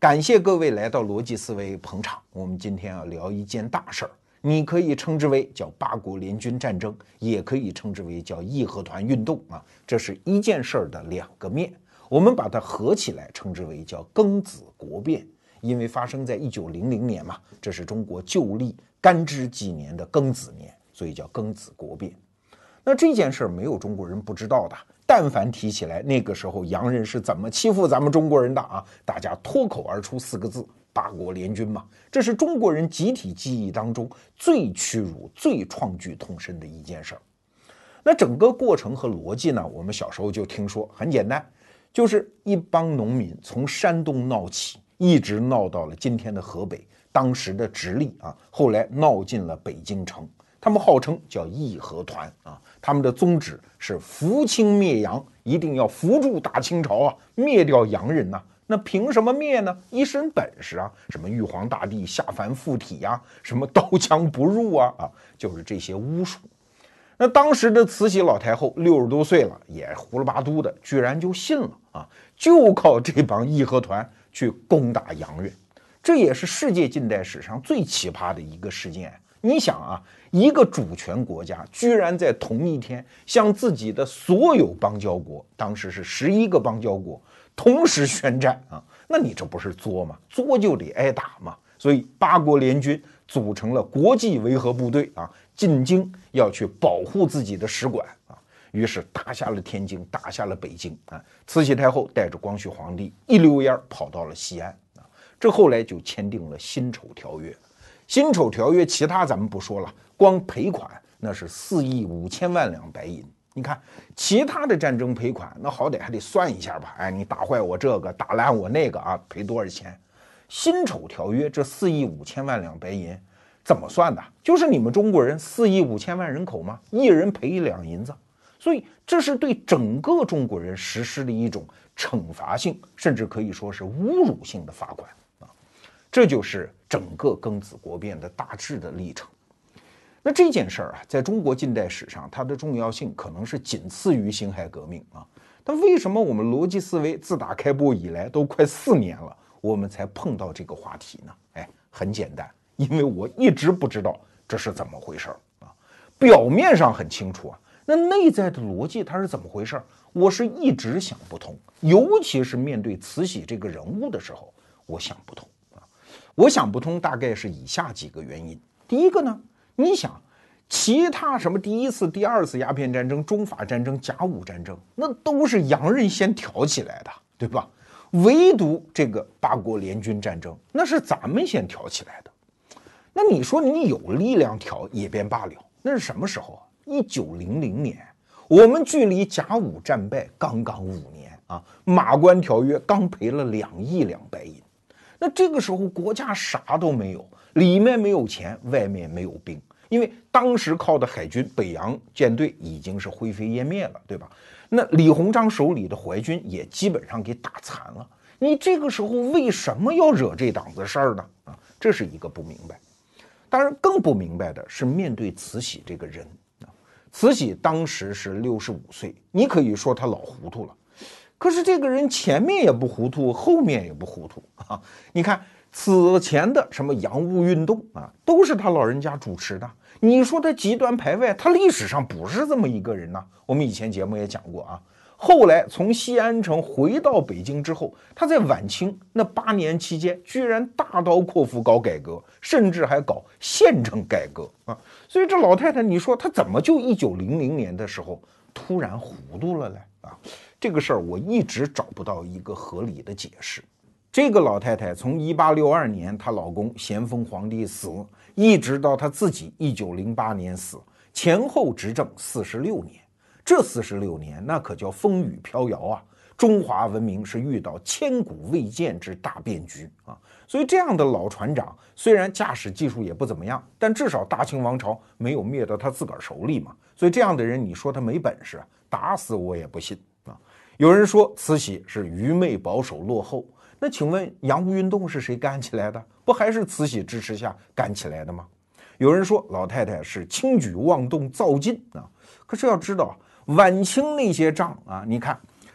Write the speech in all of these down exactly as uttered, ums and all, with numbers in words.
感谢各位来到逻辑思维捧场。我们今天要聊一件大事儿，你可以称之为叫八国联军战争，也可以称之为叫义和团运动啊，这是一件事儿的两个面。我们把它合起来称之为叫庚子国变，因为发生在一九零零年嘛，这是中国旧历干支纪年的庚子年，所以叫庚子国变。那这件事儿没有中国人不知道的，但凡提起来，那个时候洋人是怎么欺负咱们中国人的啊，大家脱口而出四个字：八国联军嘛。这是中国人集体记忆当中最屈辱、最创举痛深的一件事儿。那整个过程和逻辑呢，我们小时候就听说，很简单，就是一帮农民从山东闹起，一直闹到了今天的河北，当时的直隶啊，后来闹进了北京城。他们号称叫义和团啊，他们的宗旨是扶清灭洋，一定要扶住大清朝啊，灭掉洋人呐、啊。那凭什么灭呢？一身本事啊，什么玉皇大帝下凡附体呀、啊，什么刀枪不入啊啊，就是这些巫术。那当时的慈禧老太后六十多岁了，也胡了八嘟的，居然就信了啊，就靠这帮义和团去攻打洋人，这也是世界近代史上最奇葩的一个事件。你想啊，一个主权国家居然在同一天向自己的所有邦交国，当时是十一个邦交国同时宣战啊，那你这不是作吗？作就得挨打嘛。所以八国联军组成了国际维和部队啊，进京要去保护自己的使馆啊，于是打下了天津，打下了北京啊。慈禧太后带着光绪皇帝一溜烟跑到了西安啊，这后来就签订了辛丑条约。辛丑条约，其他咱们不说了，光赔款那是四亿五千万两白银。你看其他的战争赔款，那好歹还得算一下吧？哎，你打坏我这个，打烂我那个啊，赔多少钱？辛丑条约这四亿五千万两白银怎么算的？就是你们中国人四亿五千万人口吗？一人赔一两银子，所以这是对整个中国人实施的一种惩罚性，甚至可以说是侮辱性的罚款。这就是整个庚子国变的大致的历程。那这件事儿啊，在中国近代史上，它的重要性可能是仅次于辛亥革命啊。但为什么我们逻辑思维自打开播以来都快四年了，我们才碰到这个话题呢？哎，很简单，因为我一直不知道这是怎么回事啊。表面上很清楚啊，那内在的逻辑它是怎么回事？我是一直想不通，尤其是面对慈禧这个人物的时候，我想不通。我想不通，大概是以下几个原因。第一个呢，你想，其他什么第一次、第二次鸦片战争、中法战争、甲午战争，那都是洋人先挑起来的，对吧？唯独这个八国联军战争，那是咱们先挑起来的。那你说你有力量挑也便罢了，那是什么时候啊？一九零零年，我们距离甲午战败刚刚五年啊，马关条约刚赔了两亿两白银。那这个时候国家啥都没有，里面没有钱，外面没有兵，因为当时靠的海军北洋舰队已经是灰飞烟灭了，对吧？那李鸿章手里的淮军也基本上给打残了，你这个时候为什么要惹这档子事儿呢？啊，这是一个不明白。当然更不明白的是面对慈禧这个人啊，慈禧当时是六十五岁，你可以说她老糊涂了。可是这个人前面也不糊涂，后面也不糊涂啊！你看此前的什么洋务运动啊，都是他老人家主持的。你说他极端排外，他历史上不是这么一个人呐、啊。我们以前节目也讲过啊。后来从西安城回到北京之后，他在晚清那八年期间，居然大刀阔斧搞改革，甚至还搞县城改革啊！所以这老太太，你说她怎么就一九零零年的时候突然糊涂了嘞？啊，这个事儿我一直找不到一个合理的解释。这个老太太从一八六二年她老公咸丰皇帝死，一直到她自己一九零八年死，前后执政四十六年。这四十六年那可叫风雨飘摇啊！中华文明是遇到千古未见之大变局啊！所以这样的老船长，虽然驾驶技术也不怎么样，但至少大清王朝没有灭到他自个儿手里嘛。所以这样的人，你说他没本事，打死我也不信啊！有人说慈禧是愚昧、保守、落后，那请问洋务运动是谁干起来的？不还是慈禧支持下干起来的吗？有人说老太太是轻举妄动、造进啊！可是要知道，晚清那些仗啊，你看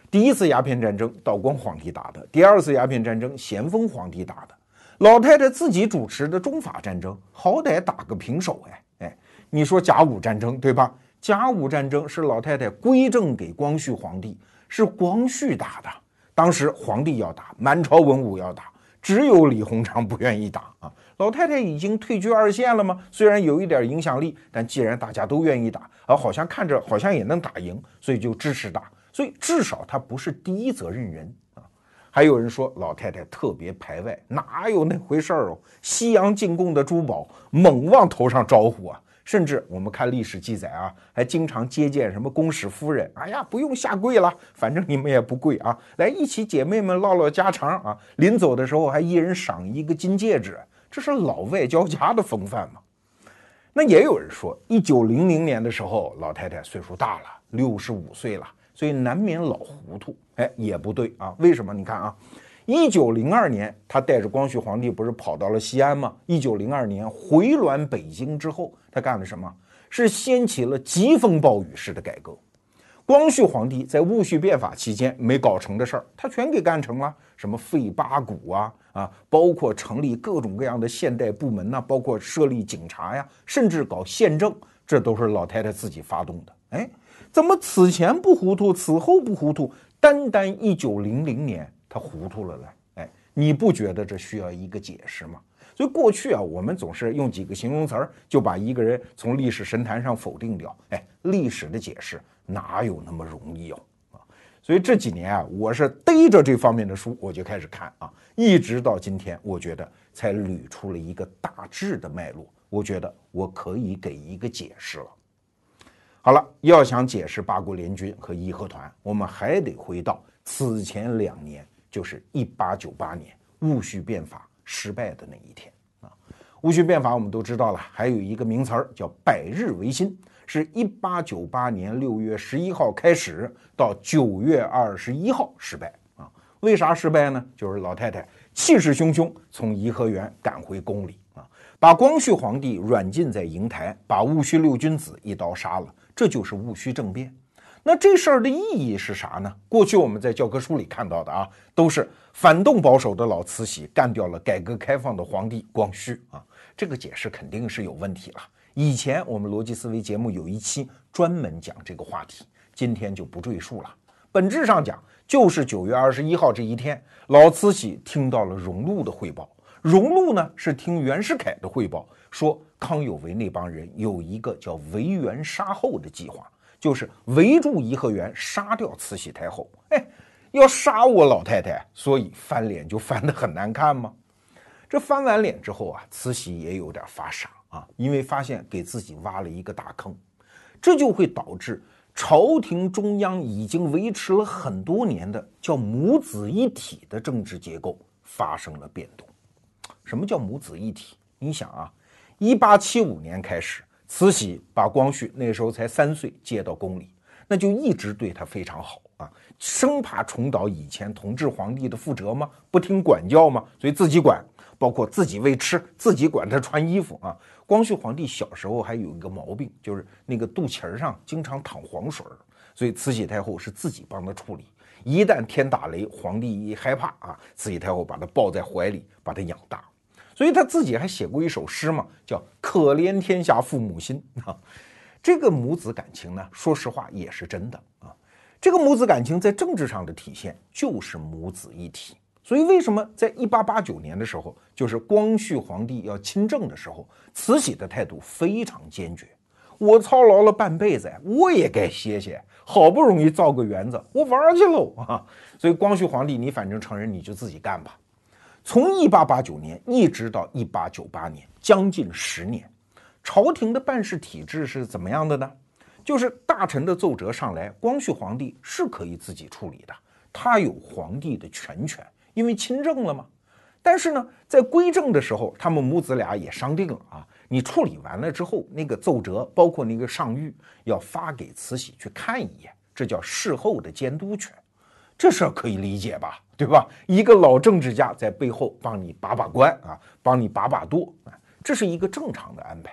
第一次鸦片战争道光皇帝打的，第二次鸦片战争咸丰皇帝打的，老太太自己主持的中法战争，好歹打个平手哎哎，你说甲午战争对吧？甲午战争是老太太归政给光绪皇帝，是光绪打的。当时皇帝要打，满朝文武要打，只有李鸿章不愿意打啊。老太太已经退居二线了吗？虽然有一点影响力，但既然大家都愿意打，而好像看着好像也能打赢，所以就支持打。所以至少她不是第一责任人啊。还有人说老太太特别排外，哪有那回事儿哦？西洋进贡的珠宝猛往头上招呼啊！甚至我们看历史记载啊，还经常接见什么公使夫人，哎呀，不用下跪了，反正你们也不跪啊，来一起姐妹们唠唠家常啊。临走的时候还一人赏一个金戒指，这是老外交家的风范嘛。那也有人说，一九零零年的时候，老太太岁数大了，六十五岁了，所以难免老糊涂。哎，也不对啊，为什么？你看啊。一九零二年，他带着光绪皇帝不是跑到了西安吗？一九零二年回銮北京之后，他干了什么？是掀起了疾风暴雨式的改革。光绪皇帝在戊戌变法期间没搞成的事儿，他全给干成了。什么废八股啊啊，包括成立各种各样的现代部门呐、啊，包括设立警察呀，甚至搞宪政，这都是老太太自己发动的。哎，怎么此前不糊涂，此后不糊涂？单单一九零零年。他糊涂了嘞，哎，你不觉得这需要一个解释吗？所以过去啊，我们总是用几个形容词儿就把一个人从历史神坛上否定掉。哎，历史的解释哪有那么容易哦？啊，所以这几年啊，我是逮着这方面的书我就开始看啊，一直到今天，我觉得才捋出了一个大致的脉络。我觉得我可以给一个解释了。好了，要想解释八国联军和义和团，我们还得回到此前两年。就是一八九八年戊戌变法失败的那一天啊。戊戌变法我们都知道了，还有一个名词儿叫百日维新，是一八九八年六月十一号开始到九月二十一号失败啊。为啥失败呢？就是老太太气势汹汹从颐和园赶回宫里啊，把光绪皇帝软禁在瀛台，把戊戌六君子一刀杀了，这就是戊戌政变。那这事儿的意义是啥呢？过去我们在教科书里看到的啊，都是反动保守的老慈禧干掉了改革开放的皇帝光绪啊，这个解释肯定是有问题了。以前我们逻辑思维节目有一期专门讲这个话题，今天就不赘述了。本质上讲，就是九月二十一号这一天，老慈禧听到了荣禄的汇报，荣禄呢是听袁世凯的汇报，说康有为那帮人有一个叫围园杀后的计划。就是围住颐和园，杀掉慈禧太后。哎，要杀我老太太，所以翻脸就翻得很难看吗？这翻完脸之后啊，慈禧也有点发傻啊，因为发现给自己挖了一个大坑，这就会导致朝廷中央已经维持了很多年的叫母子一体的政治结构发生了变动。什么叫母子一体？你想啊，一八七五年开始。慈禧把光绪那时候才三岁接到宫里，那就一直对他非常好啊，生怕重蹈以前同治皇帝的覆辙吗？不听管教吗？所以自己管，包括自己喂吃，自己管他穿衣服啊。光绪皇帝小时候还有一个毛病，就是那个肚脐上经常淌黄水，所以慈禧太后是自己帮他处理。一旦天打雷，皇帝一害怕啊，慈禧太后把他抱在怀里，把他养大。所以他自己还写过一首诗嘛，叫可怜天下父母心啊。这个母子感情呢，说实话也是真的啊。这个母子感情在政治上的体现就是母子一体。所以为什么在一八八九年的时候，就是光绪皇帝要亲政的时候，慈禧的态度非常坚决。我操劳了半辈子，我也该歇歇，好不容易造个园子，我玩去喽啊！所以光绪皇帝，你反正承认你就自己干吧。从一八八九年一直到一八九八年，将近十年，朝廷的办事体制是怎么样的呢？就是大臣的奏折上来，光绪皇帝是可以自己处理的，他有皇帝的全权，因为亲政了嘛。但是呢，在归政的时候，他们母子俩也商定了啊，你处理完了之后，那个奏折包括那个上谕要发给慈禧去看一眼，这叫事后的监督权。这事儿可以理解吧，对吧？一个老政治家在背后帮你把把关啊，帮你把把舵啊，这是一个正常的安排。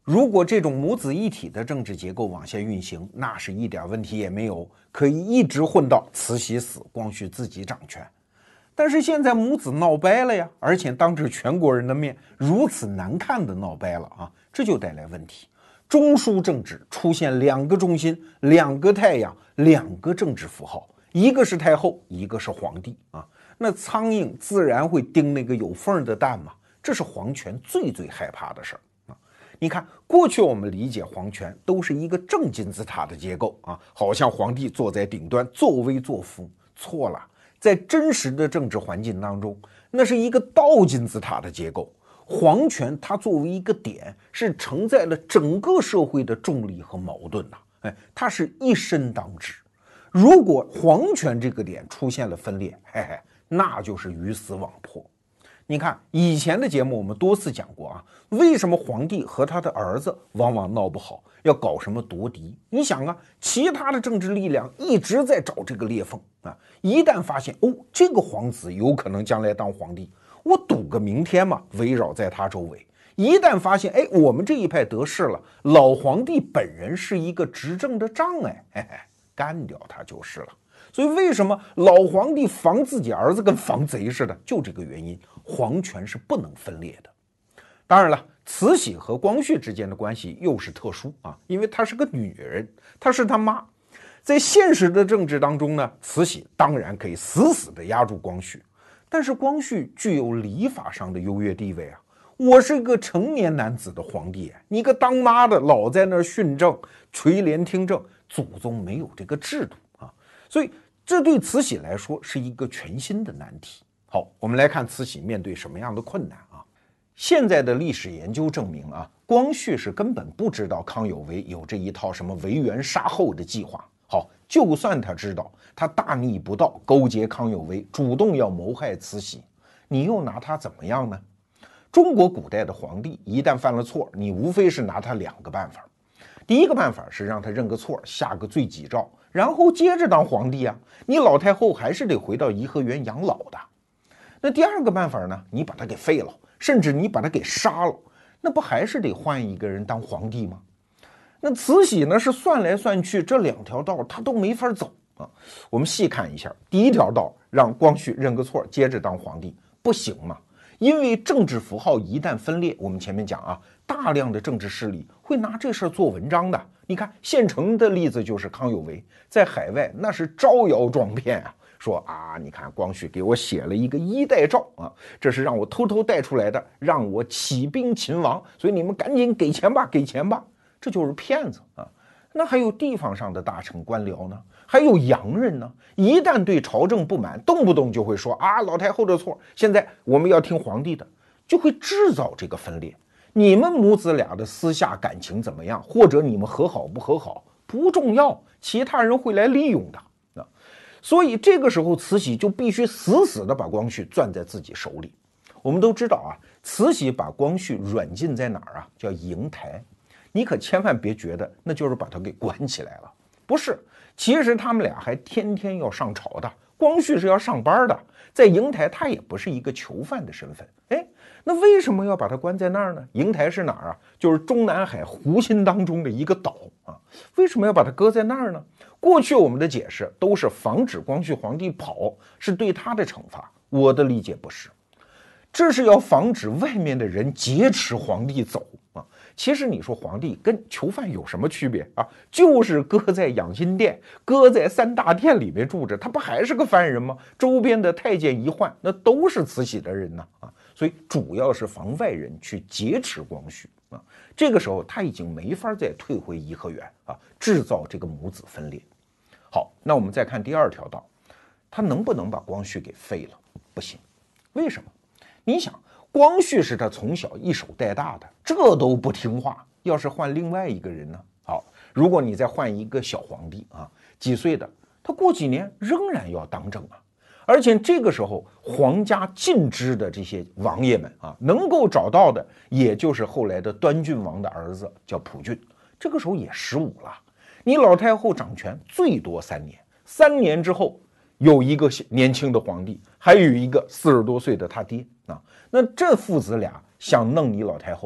如果这种母子一体的政治结构往下运行，那是一点问题也没有，可以一直混到慈禧死，光绪自己掌权。但是现在母子闹掰了呀，而且当着全国人的面如此难看的闹掰了啊，这就带来问题。中枢政治出现两个中心，两个太阳，两个政治符号，一个是太后，一个是皇帝啊。那苍蝇自然会叮那个有缝的蛋嘛，这是皇权最最害怕的事儿。你看，过去我们理解皇权都是一个正金字塔的结构啊，好像皇帝坐在顶端作威作福。错了，在真实的政治环境当中，那是一个倒金字塔的结构。皇权它作为一个点，是承载了整个社会的重力和矛盾呐、啊，哎，它是一身当之。如果皇权这个点出现了分裂，嘿嘿，那就是鱼死网破。你看以前的节目我们多次讲过啊，为什么皇帝和他的儿子往往闹不好，要搞什么夺嫡？你想啊，其他的政治力量一直在找这个裂缝啊，一旦发现哦，这个皇子有可能将来当皇帝，我赌个明天嘛，围绕在他周围。一旦发现哎，我们这一派得势了，老皇帝本人是一个执政的障碍，嘿嘿，干掉他就是了。所以为什么老皇帝防自己儿子跟防贼似的？就这个原因，皇权是不能分裂的。当然了，慈禧和光绪之间的关系又是特殊啊，因为她是个女人，她是他妈。在现实的政治当中呢，慈禧当然可以死死地压住光绪，但是光绪具有礼法上的优越地位啊。我是一个成年男子的皇帝，你个当妈的老在那儿训政、垂帘听政，祖宗没有这个制度啊，所以这对慈禧来说是一个全新的难题。好，我们来看慈禧面对什么样的困难啊？现在的历史研究证明啊，光绪是根本不知道康有为有这一套什么为援杀后的计划。好，就算他知道，他大逆不道，勾结康有为，主动要谋害慈禧，你又拿他怎么样呢？中国古代的皇帝一旦犯了错，你无非是拿他两个办法。第一个办法是让他认个错，下个罪己诏，然后接着当皇帝啊，你老太后还是得回到颐和园养老的。那第二个办法呢，你把他给废了，甚至你把他给杀了，那不还是得换一个人当皇帝吗？那慈禧呢是算来算去，这两条道他都没法走啊。我们细看一下，第一条道让光绪认个错，接着当皇帝，不行嘛？因为政治符号一旦分裂，我们前面讲啊，大量的政治势力会拿这事儿做文章的。你看现成的例子就是康有为在海外那是招摇撞骗啊，说啊，你看光绪给我写了一个衣带诏啊，这是让我偷偷带出来的，让我起兵勤王，所以你们赶紧给钱吧，给钱吧，这就是骗子啊。那还有地方上的大臣官僚呢，还有洋人呢，一旦对朝政不满，动不动就会说啊，老太后的错，现在我们要听皇帝的，就会制造这个分裂。你们母子俩的私下感情怎么样，或者你们和好不和好不重要，其他人会来利用的啊。所以这个时候慈禧就必须死死的把光绪攥在自己手里。我们都知道啊，慈禧把光绪软禁在哪儿啊？叫瀛台。你可千万别觉得那就是把他给关起来了，不是，其实他们俩还天天要上朝的。光绪是要上班的，在瀛台他也不是一个囚犯的身份。哎，那为什么要把他关在那儿呢？瀛台是哪儿啊？就是中南海湖心当中的一个岛啊。为什么要把他搁在那儿呢？过去我们的解释都是防止光绪皇帝跑，是对他的惩罚。我的理解不是，这是要防止外面的人劫持皇帝走啊。其实你说皇帝跟囚犯有什么区别啊？就是搁在养心殿，搁在三大殿里面住着，他不还是个犯人吗？周边的太监一换，那都是慈禧的人呢啊！所以主要是防外人去劫持光绪啊。这个时候他已经没法再退回颐和园啊，制造这个母子分裂。好，那我们再看第二条道，他能不能把光绪给废了？不行，为什么？你想。光绪是他从小一手带大的，这都不听话，要是换另外一个人呢？好，如果你再换一个小皇帝啊，几岁的，他过几年仍然要当政啊。而且这个时候皇家尽知的这些王爷们啊，能够找到的也就是后来的端郡王的儿子叫溥俊，这个时候也十五了。你老太后掌权最多三年，三年之后有一个年轻的皇帝，还有一个四十多岁的他爹啊，那这父子俩想弄你老太后，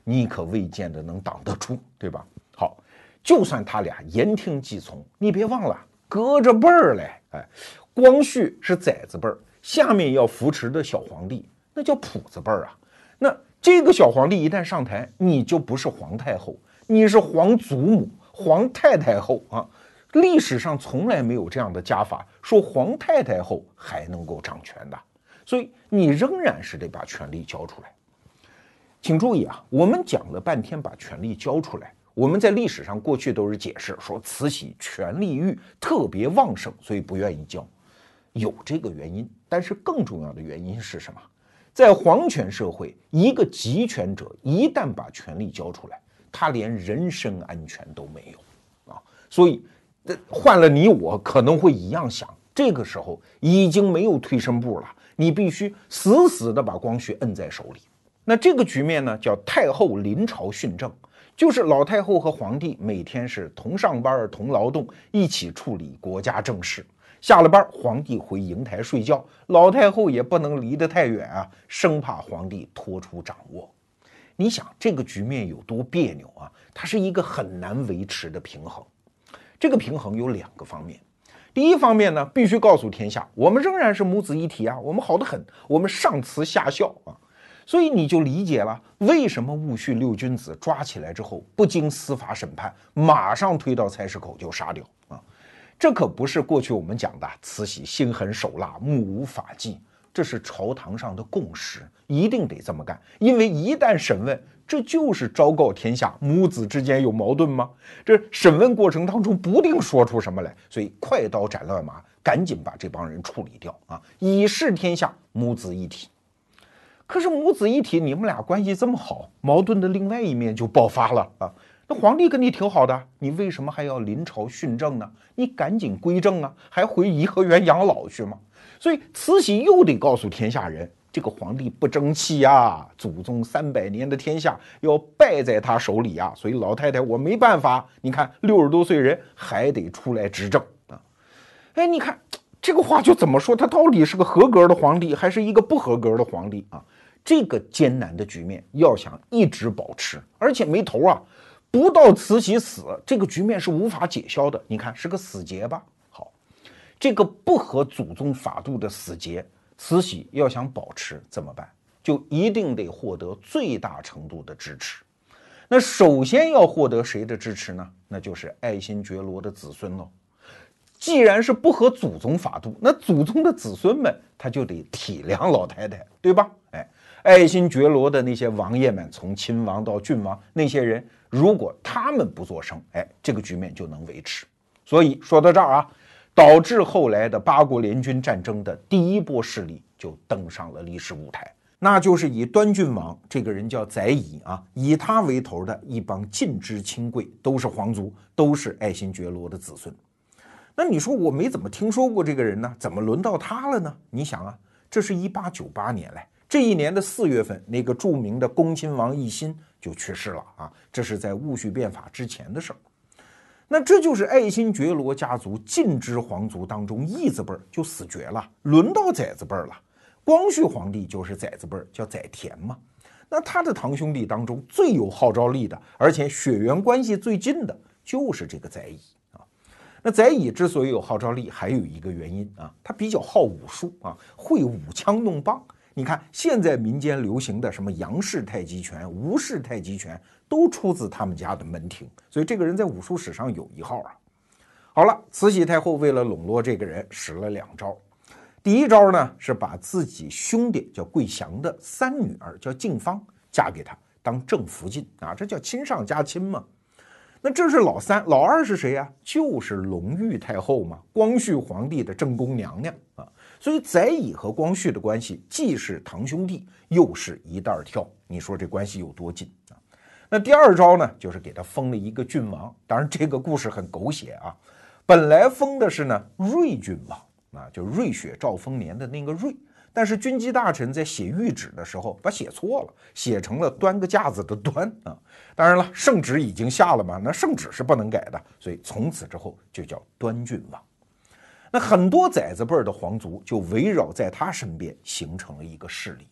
你可未见得能挡得住，对吧？好，就算他俩言听计从，你别忘了隔着辈儿嘞。哎，光绪是崽子辈儿，下面要扶持的小皇帝那叫谱子辈儿啊。那这个小皇帝一旦上台，你就不是皇太后，你是皇祖母、皇太太后啊。历史上从来没有这样的加法，说皇太太后还能够掌权的，所以你仍然是得把权力交出来。请注意啊，我们讲了半天把权力交出来，我们在历史上过去都是解释说慈禧权力欲特别旺盛，所以不愿意交，有这个原因，但是更重要的原因是什么？在皇权社会，一个集权者一旦把权力交出来，他连人身安全都没有啊，所以换了你我可能会一样想，这个时候已经没有退身步了，你必须死死的把光绪摁在手里。那这个局面呢，叫太后临朝训政，就是老太后和皇帝每天是同上班同劳动，一起处理国家政事。下了班，皇帝回瀛台睡觉，老太后也不能离得太远啊，生怕皇帝脱出掌握。你想这个局面有多别扭啊？它是一个很难维持的平衡。这个平衡有两个方面，第一方面呢，必须告诉天下，我们仍然是母子一体啊，我们好得很，我们上慈下孝啊。所以你就理解了为什么戊戌六君子抓起来之后，不经司法审判，马上推到菜市口就杀掉啊。这可不是过去我们讲的慈禧心狠手辣、目无法纪，这是朝堂上的共识，一定得这么干。因为一旦审问，这就是昭告天下母子之间有矛盾吗？这审问过程当中不定说出什么来，所以快刀斩乱麻，赶紧把这帮人处理掉啊，以示天下母子一体。可是母子一体，你们俩关系这么好，矛盾的另外一面就爆发了啊！那皇帝跟你挺好的，你为什么还要临朝训政呢？你赶紧归正啊，还回颐和园养老去吗？所以慈禧又得告诉天下人，这个皇帝不争气呀，祖宗三百年的天下要败在他手里呀，所以老太太我没办法，你看六十多岁人还得出来执政啊！哎，你看这个话就怎么说？他到底是个合格的皇帝，还是一个不合格的皇帝啊？这个艰难的局面要想一直保持，而且没头啊，不到慈禧死，这个局面是无法解消的。你看是个死结吧？好，这个不合祖宗法度的死结，慈禧要想保持怎么办？就一定得获得最大程度的支持。那首先要获得谁的支持呢？那就是爱新觉罗的子孙喽。既然是不合祖宗法度，那祖宗的子孙们他就得体谅老太太，对吧？哎，爱新觉罗的那些王爷们，从亲王到郡王，那些人如果他们不作声，哎，这个局面就能维持。所以说到这儿啊，导致后来的八国联军战争的第一波势力就登上了历史舞台，那就是以端郡王，这个人叫载乙啊，以他为头的一帮近支亲贵，都是皇族，都是爱新觉罗的子孙。那你说我没怎么听说过这个人呢，怎么轮到他了呢？你想啊，这是一八九八年来，这一年的四月份，那个著名的恭亲王奕欣就去世了啊，这是在戊戌变法之前的事儿。那这就是爱新觉罗家族近支皇族当中义字辈就死绝了，轮到载字辈了。光绪皇帝就是载字辈，叫载湉嘛。那他的堂兄弟当中最有号召力的，而且血缘关系最近的，就是这个载乙。那载乙之所以有号召力，还有一个原因啊，他比较好武术啊，会舞枪弄棒。你看现在民间流行的什么杨氏太极拳、吴氏太极拳，都出自他们家的门庭，所以这个人在武术史上有一号啊。好了，慈禧太后为了笼络这个人，使了两招。第一招呢，是把自己兄弟叫桂祥的三女儿叫静芳嫁给他当正福晋啊，这叫亲上加亲嘛。那这是老三，老二是谁呀、啊？就是隆裕太后嘛，光绪皇帝的正宫娘娘啊。所以载乙和光绪的关系既是堂兄弟，又是一袋跳，你说这关系有多近啊？那第二招呢，就是给他封了一个郡王，当然这个故事很狗血啊。本来封的是呢睿郡王啊，就瑞雪兆丰年的那个瑞。但是军机大臣在写谕旨的时候把写错了，写成了端个架子的端啊。当然了，圣旨已经下了嘛，那圣旨是不能改的，所以从此之后就叫端郡王。那很多载字辈的皇族就围绕在他身边形成了一个势力啊。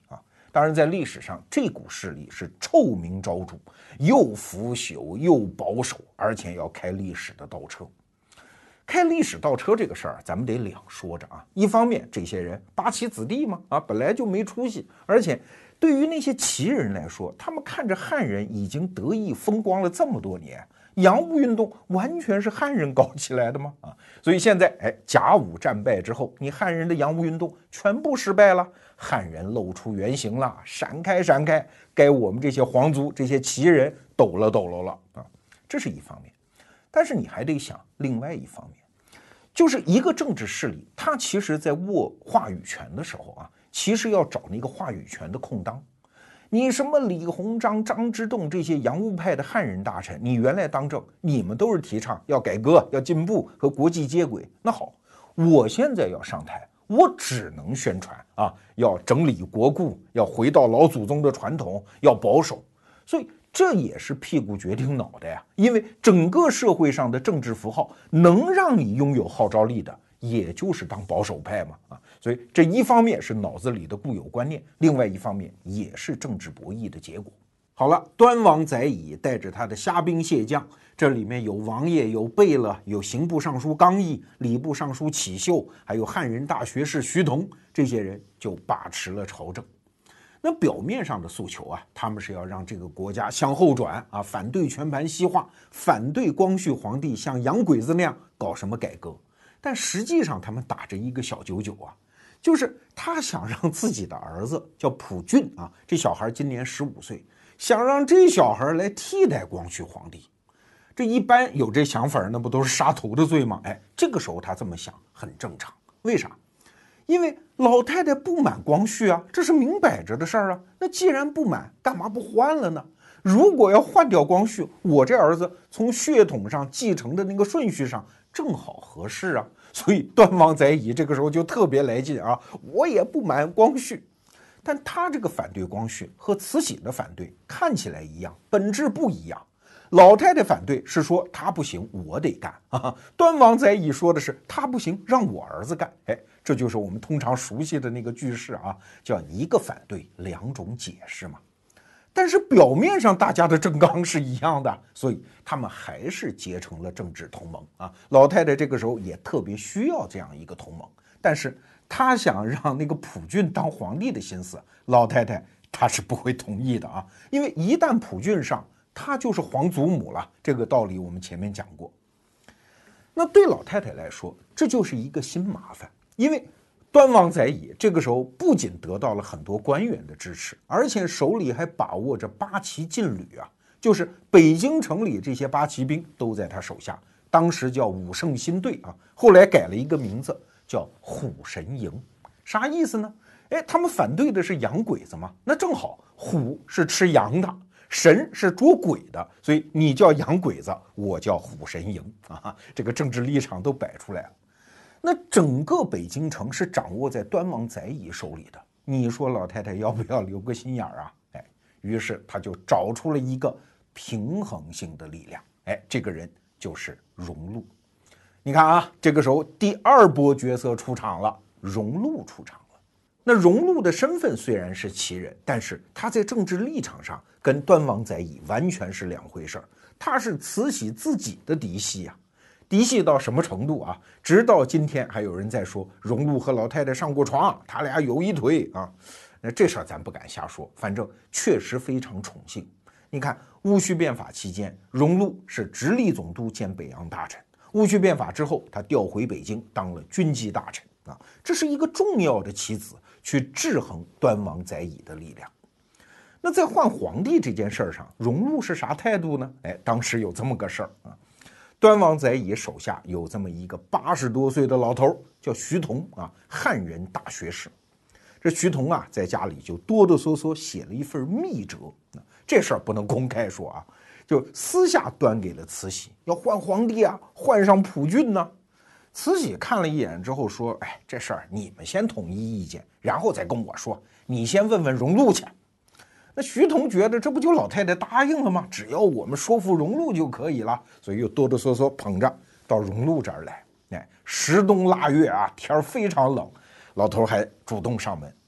当然，在历史上，这股势力是臭名昭著，又腐朽又保守，而且要开历史的倒车。开历史倒车这个事儿，咱们得两说着啊。一方面，这些人八旗子弟嘛，啊，本来就没出息，而且对于那些旗人来说，他们看着汉人已经得意风光了这么多年，洋务运动完全是汉人搞起来的吗？啊，所以现在，哎，甲午战败之后，你汉人的洋务运动全部失败了，汉人露出原形了，闪开闪开，该我们这些皇族、这些旗人抖了抖了了啊，这是一方面。但是你还得想另外一方面。就是一个政治势力，它其实在握话语权的时候啊，其实要找那个话语权的空当。你什么李鸿章、张之洞这些洋务派的汉人大臣，你原来当政，你们都是提倡要改革、要进步和国际接轨。那好，我现在要上台，我只能宣传啊，要整理国故，要回到老祖宗的传统，要保守。所以这也是屁股决定脑袋呀，因为整个社会上的政治符号能让你拥有号召力的，也就是当保守派嘛啊，所以这一方面是脑子里的固有观念，另外一方面也是政治博弈的结果。好了，端王载乙带着他的虾兵蟹将，这里面有王爷、有贝勒、有刑部尚书刚毅、礼部尚书启秀，还有汉人大学士徐同，这些人就把持了朝政。那表面上的诉求啊，他们是要让这个国家向后转啊，反对全盘西化，反对光绪皇帝像洋鬼子那样搞什么改革。但实际上他们打着一个小九九啊，就是他想让自己的儿子叫溥俊啊，这小孩今年十五岁，想让这小孩来替代光绪皇帝。这一般有这想法，那不都是杀头的罪吗？哎，这个时候他这么想很正常。为啥？因为老太太不满光绪啊，这是明摆着的事儿啊。那既然不满，干嘛不换了呢？如果要换掉光绪，我这儿子从血统上继承的那个顺序上正好合适啊。所以端王载乙这个时候就特别来劲啊，我也不满光绪。但他这个反对光绪和慈禧的反对看起来一样，本质不一样。老太太反对是说他不行，我得干啊。端王载乙说的是他不行，让我儿子干。哎，这就是我们通常熟悉的那个句式啊，叫一个反对，两种解释嘛。但是表面上大家的政纲是一样的，所以他们还是结成了政治同盟啊。老太太这个时候也特别需要这样一个同盟，但是她想让那个溥俊当皇帝的心思，老太太她是不会同意的啊，因为一旦溥俊上，他就是皇祖母了，这个道理我们前面讲过。那对老太太来说，这就是一个新麻烦，因为端王载乙这个时候不仅得到了很多官员的支持，而且手里还把握着八旗劲旅啊，就是北京城里这些八旗兵都在他手下，当时叫武圣新队啊，后来改了一个名字叫虎神营。啥意思呢？哎，他们反对的是洋鬼子嘛，那正好虎是吃羊的，神是捉鬼的，所以你叫洋鬼子，我叫虎神营啊，这个政治立场都摆出来了。那整个北京城是掌握在端王载乙手里的，你说老太太要不要留个心眼儿啊？哎，于是他就找出了一个平衡性的力量，哎，这个人就是荣禄。你看啊，这个时候第二波角色出场了，荣禄出场了。那荣禄的身份虽然是旗人，但是他在政治立场上跟端王载乙完全是两回事儿，他是慈禧自己的嫡系啊。嫡系到什么程度啊？直到今天还有人在说荣禄和老太太上过床，他俩有一腿啊。那这事儿咱不敢瞎说，反正确实非常宠幸。你看戊戌变法期间，荣禄是直隶总督兼北洋大臣，戊戌变法之后，他调回北京当了军机大臣啊，这是一个重要的棋子，去制衡端王载乙的力量。那在换皇帝这件事儿上，荣禄是啥态度呢？哎，当时有这么个事儿啊。端王载乙手下有这么一个八十多岁的老头，叫徐同啊，汉人大学士。这徐同啊，在家里就哆哆嗦嗦写了一份密折，这事儿不能公开说啊，就私下端给了慈禧，要换皇帝啊，换上溥俊呢。慈禧看了一眼之后说：“哎，这事儿你们先统一意见，然后再跟我说，你先问问荣禄去。”那徐同觉得这不就老太太答应了吗？只要我们说服荣禄就可以了，所以又哆哆嗦嗦捧着到荣禄这儿来。哎，时冬腊月啊，天儿非常冷，老头还主动上门。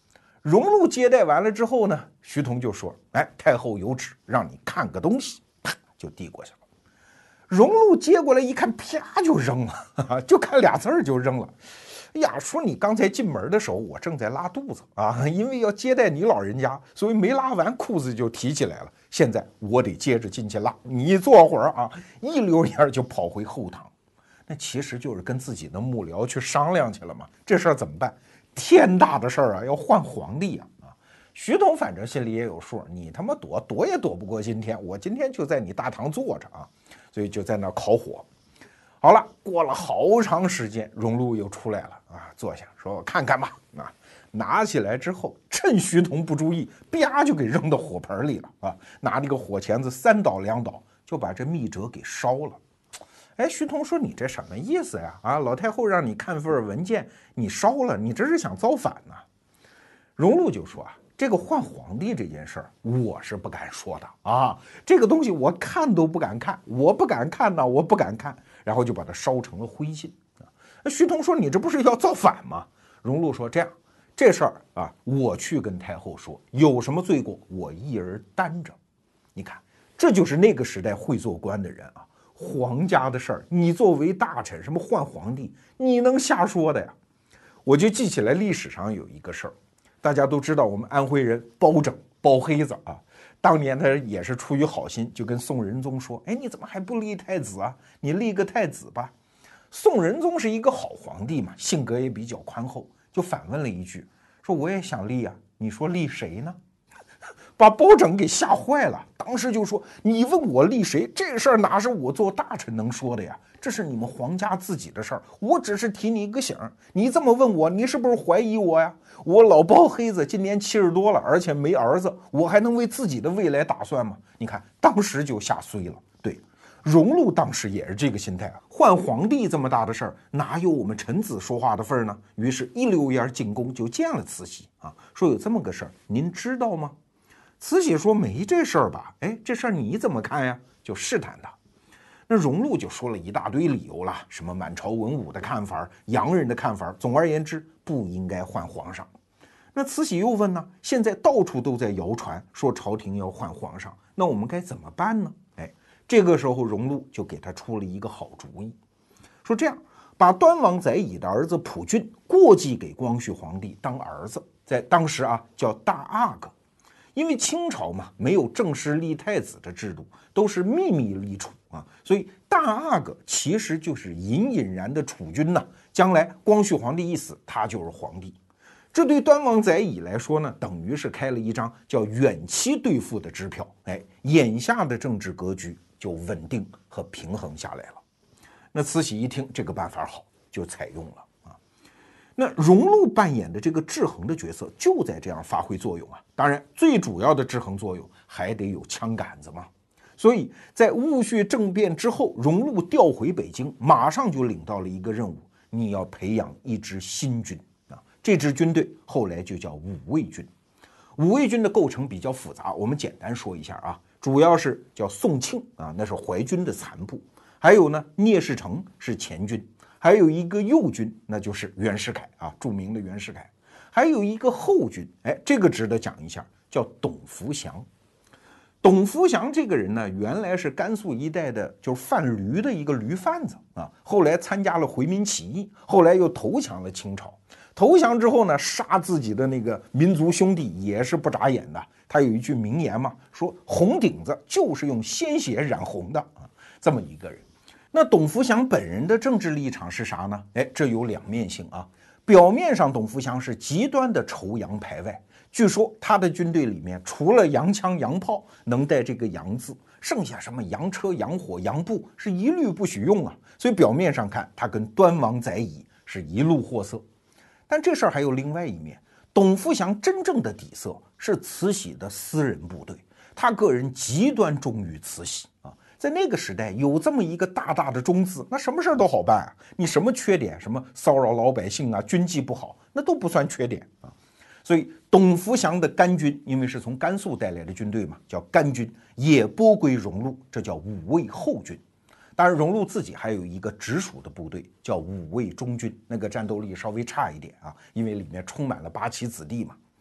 荣禄接待完了之后呢，徐同就说：“哎，太后有旨，让你看个东西。”啪，就递过去了。荣禄接过来一看，啪就扔了，就看俩字儿就扔了。哎呀，说你刚才进门的时候，我正在拉肚子啊，因为要接待你老人家，所以没拉完，裤子就提起来了。现在我得接着进去拉，你坐会儿啊，一溜烟就跑回后堂。那其实就是跟自己的幕僚去商量去了嘛。这事儿怎么办？天大的事儿啊，要换皇帝啊！啊，徐同反正心里也有数，你他妈躲躲也躲不过今天，我今天就在你大堂坐着啊，所以就在那烤火。好了，过了好长时间，荣禄又出来了啊，坐下说：“我看看吧。”啊，拿起来之后，趁徐同不注意，啪就给扔到火盆里了啊！拿那个火钳子三倒两倒，就把这密折给烧了。哎，徐同说：“你这什么意思呀？啊，老太后让你看份文件，你烧了，你这是想造反呢？”荣禄就说：“啊，这个换皇帝这件事儿，我是不敢说的啊，这个东西我看都不敢看，我不敢看呢，我不敢看。”然后就把它烧成了灰烬啊。徐同说：“你这不是要造反吗？”荣禄说：“这样，这事儿啊，我去跟太后说，有什么罪过，我一人担着。你看，这就是那个时代会做官的人啊。皇家的事儿，你作为大臣，什么换皇帝，你能瞎说的呀？”我就记起来历史上有一个事儿，大家都知道，我们安徽人包拯包黑子啊。当年他也是出于好心，就跟宋仁宗说：“哎，你怎么还不立太子啊？你立个太子吧。”宋仁宗是一个好皇帝嘛，性格也比较宽厚，就反问了一句，说：“我也想立啊，你说立谁呢？”把包拯给吓坏了，当时就说：“你问我立谁？这事儿哪是我做大臣能说的呀？这是你们皇家自己的事儿，我只是提你一个醒。你这么问我，你是不是怀疑我呀？我老包黑子今年七十多了，而且没儿子，我还能为自己的未来打算吗？你看，当时就吓衰了。对，荣禄当时也是这个心态啊，换皇帝这么大的事儿，哪有我们臣子说话的份儿呢？于是，一溜烟进宫就见了慈禧啊，说有这么个事儿，您知道吗？”慈禧说：“没这事儿吧？哎，这事儿你怎么看呀？”就试探他。那荣禄就说了一大堆理由了，什么满朝文武的看法，洋人的看法，总而言之，不应该换皇上。那慈禧又问呢：“现在到处都在谣传说朝廷要换皇上，那我们该怎么办呢？”哎，这个时候荣禄就给他出了一个好主意，说这样，把端王载乙的儿子溥俊过继给光绪皇帝当儿子，在当时啊叫大阿哥。因为清朝嘛，没有正式立太子的制度，都是秘密立储啊，所以大阿哥其实就是隐隐然的储君呐。将来光绪皇帝一死，他就是皇帝。这对端王载乙来说呢，等于是开了一张叫远期兑付的支票。哎，眼下的政治格局就稳定和平衡下来了。那慈禧一听这个办法好，就采用了。那荣禄扮演的这个制衡的角色就在这样发挥作用啊！当然，最主要的制衡作用还得有枪杆子嘛。所以在戊戌政变之后，荣禄调回北京，马上就领到了一个任务：你要培养一支新军啊！这支军队后来就叫武卫军。武卫军的构成比较复杂，我们简单说一下啊，主要是叫宋庆啊，那是淮军的残部；还有呢，聂士成是前军。还有一个右军，那就是袁世凯啊，著名的袁世凯。还有一个后军，哎，这个值得讲一下，叫董福祥。董福祥这个人呢，原来是甘肃一带的，就是贩驴的一个驴贩子啊，后来参加了回民起义，后来又投降了清朝。投降之后呢，杀自己的那个民族兄弟也是不眨眼的。他有一句名言嘛，说红顶子就是用鲜血染红的啊，这么一个人。那董福祥本人的政治立场是啥呢？哎，这有两面性啊。表面上董福祥是极端的仇洋排外，据说他的军队里面除了洋枪洋炮能带这个洋字，剩下什么洋车洋火洋布是一律不许用啊。所以表面上看他跟端王载乙是一路货色，但这事儿还有另外一面。董福祥真正的底色是慈禧的私人部队，他个人极端忠于慈禧啊。在那个时代有这么一个大大的忠字，那什么事儿都好办啊。你什么缺点，什么骚扰老百姓啊，军纪不好，那都不算缺点啊。所以董福祥的甘军，因为是从甘肃带来的军队嘛，叫甘军，也拨归荣禄，这叫武卫后军。当然，荣禄自己还有一个直属的部队，叫武卫中军，那个战斗力稍微差一点啊，因为里面充满了八旗子弟嘛。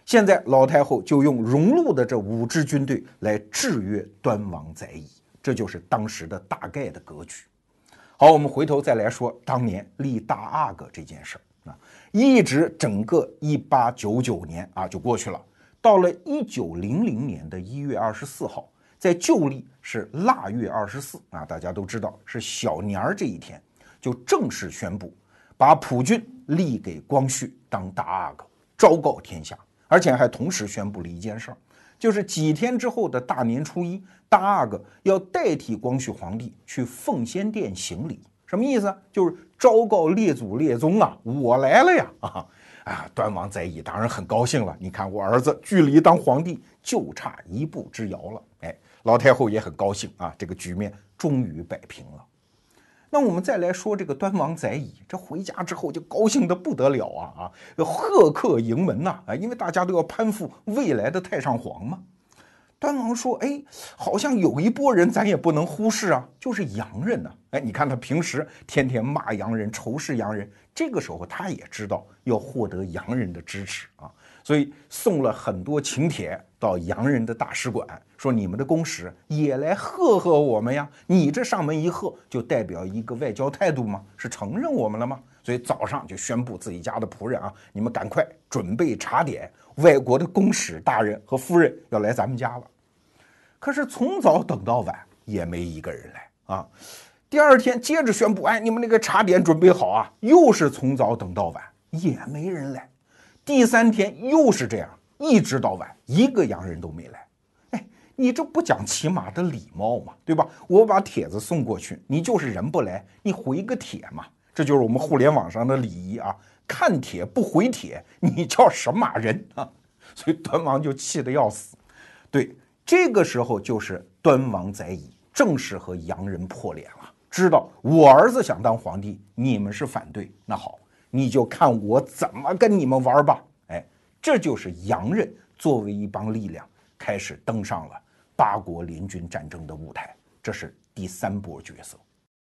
现在老太后就用荣禄的这五支军队来制约端王载乙，这就是当时的大概的格局。好，我们回头再来说当年立大阿哥这件事儿啊，一直整个一八九九年啊就过去了，到了一九零零年的一月二十四号，在旧历是腊月二十四啊，大家都知道是小年儿这一天，就正式宣布把普郡立给光绪当大阿哥，昭告天下。而且还同时宣布了一件事儿，就是几天之后的大年初一，大阿哥要代替光绪皇帝去奉先殿行礼。什么意思？就是昭告列祖列宗啊，我来了呀！啊啊！端王载乙当然很高兴了。你看我儿子距离当皇帝就差一步之遥了。哎，老太后也很高兴啊，这个局面终于摆平了。那我们再来说这个端王载乙，这回家之后就高兴得不得了啊啊，贺客迎门呐啊，因为大家都要攀附未来的太上皇嘛。端王说：“哎，好像有一波人咱也不能忽视啊，就是洋人呐、啊。哎，你看他平时天天骂洋人、仇视洋人，这个时候他也知道要获得洋人的支持啊，所以送了很多请帖到洋人的大使馆，说你们的公使也来贺贺我们呀。你这上门一贺，就代表一个外交态度吗？是承认我们了吗？所以早上就宣布自己家的仆人啊，你们赶快准备茶点，外国的公使大人和夫人要来咱们家了。”可是从早等到晚也没一个人来啊。第二天接着宣布，哎，你们那个茶点准备好啊，又是从早等到晚也没人来。第三天又是这样，一直到晚一个洋人都没来。哎，你这不讲起码的礼貌嘛，对吧？我把帖子送过去，你就是人不来，你回个帖嘛，这就是我们互联网上的礼仪啊。看帖不回帖，你叫什么人啊？所以端王就气得要死。对。这个时候就是端王载乙正式和洋人破脸了，知道我儿子想当皇帝，你们是反对，那好，你就看我怎么跟你们玩吧。哎，这就是洋人作为一帮力量开始登上了八国联军战争的舞台，这是第三波角色。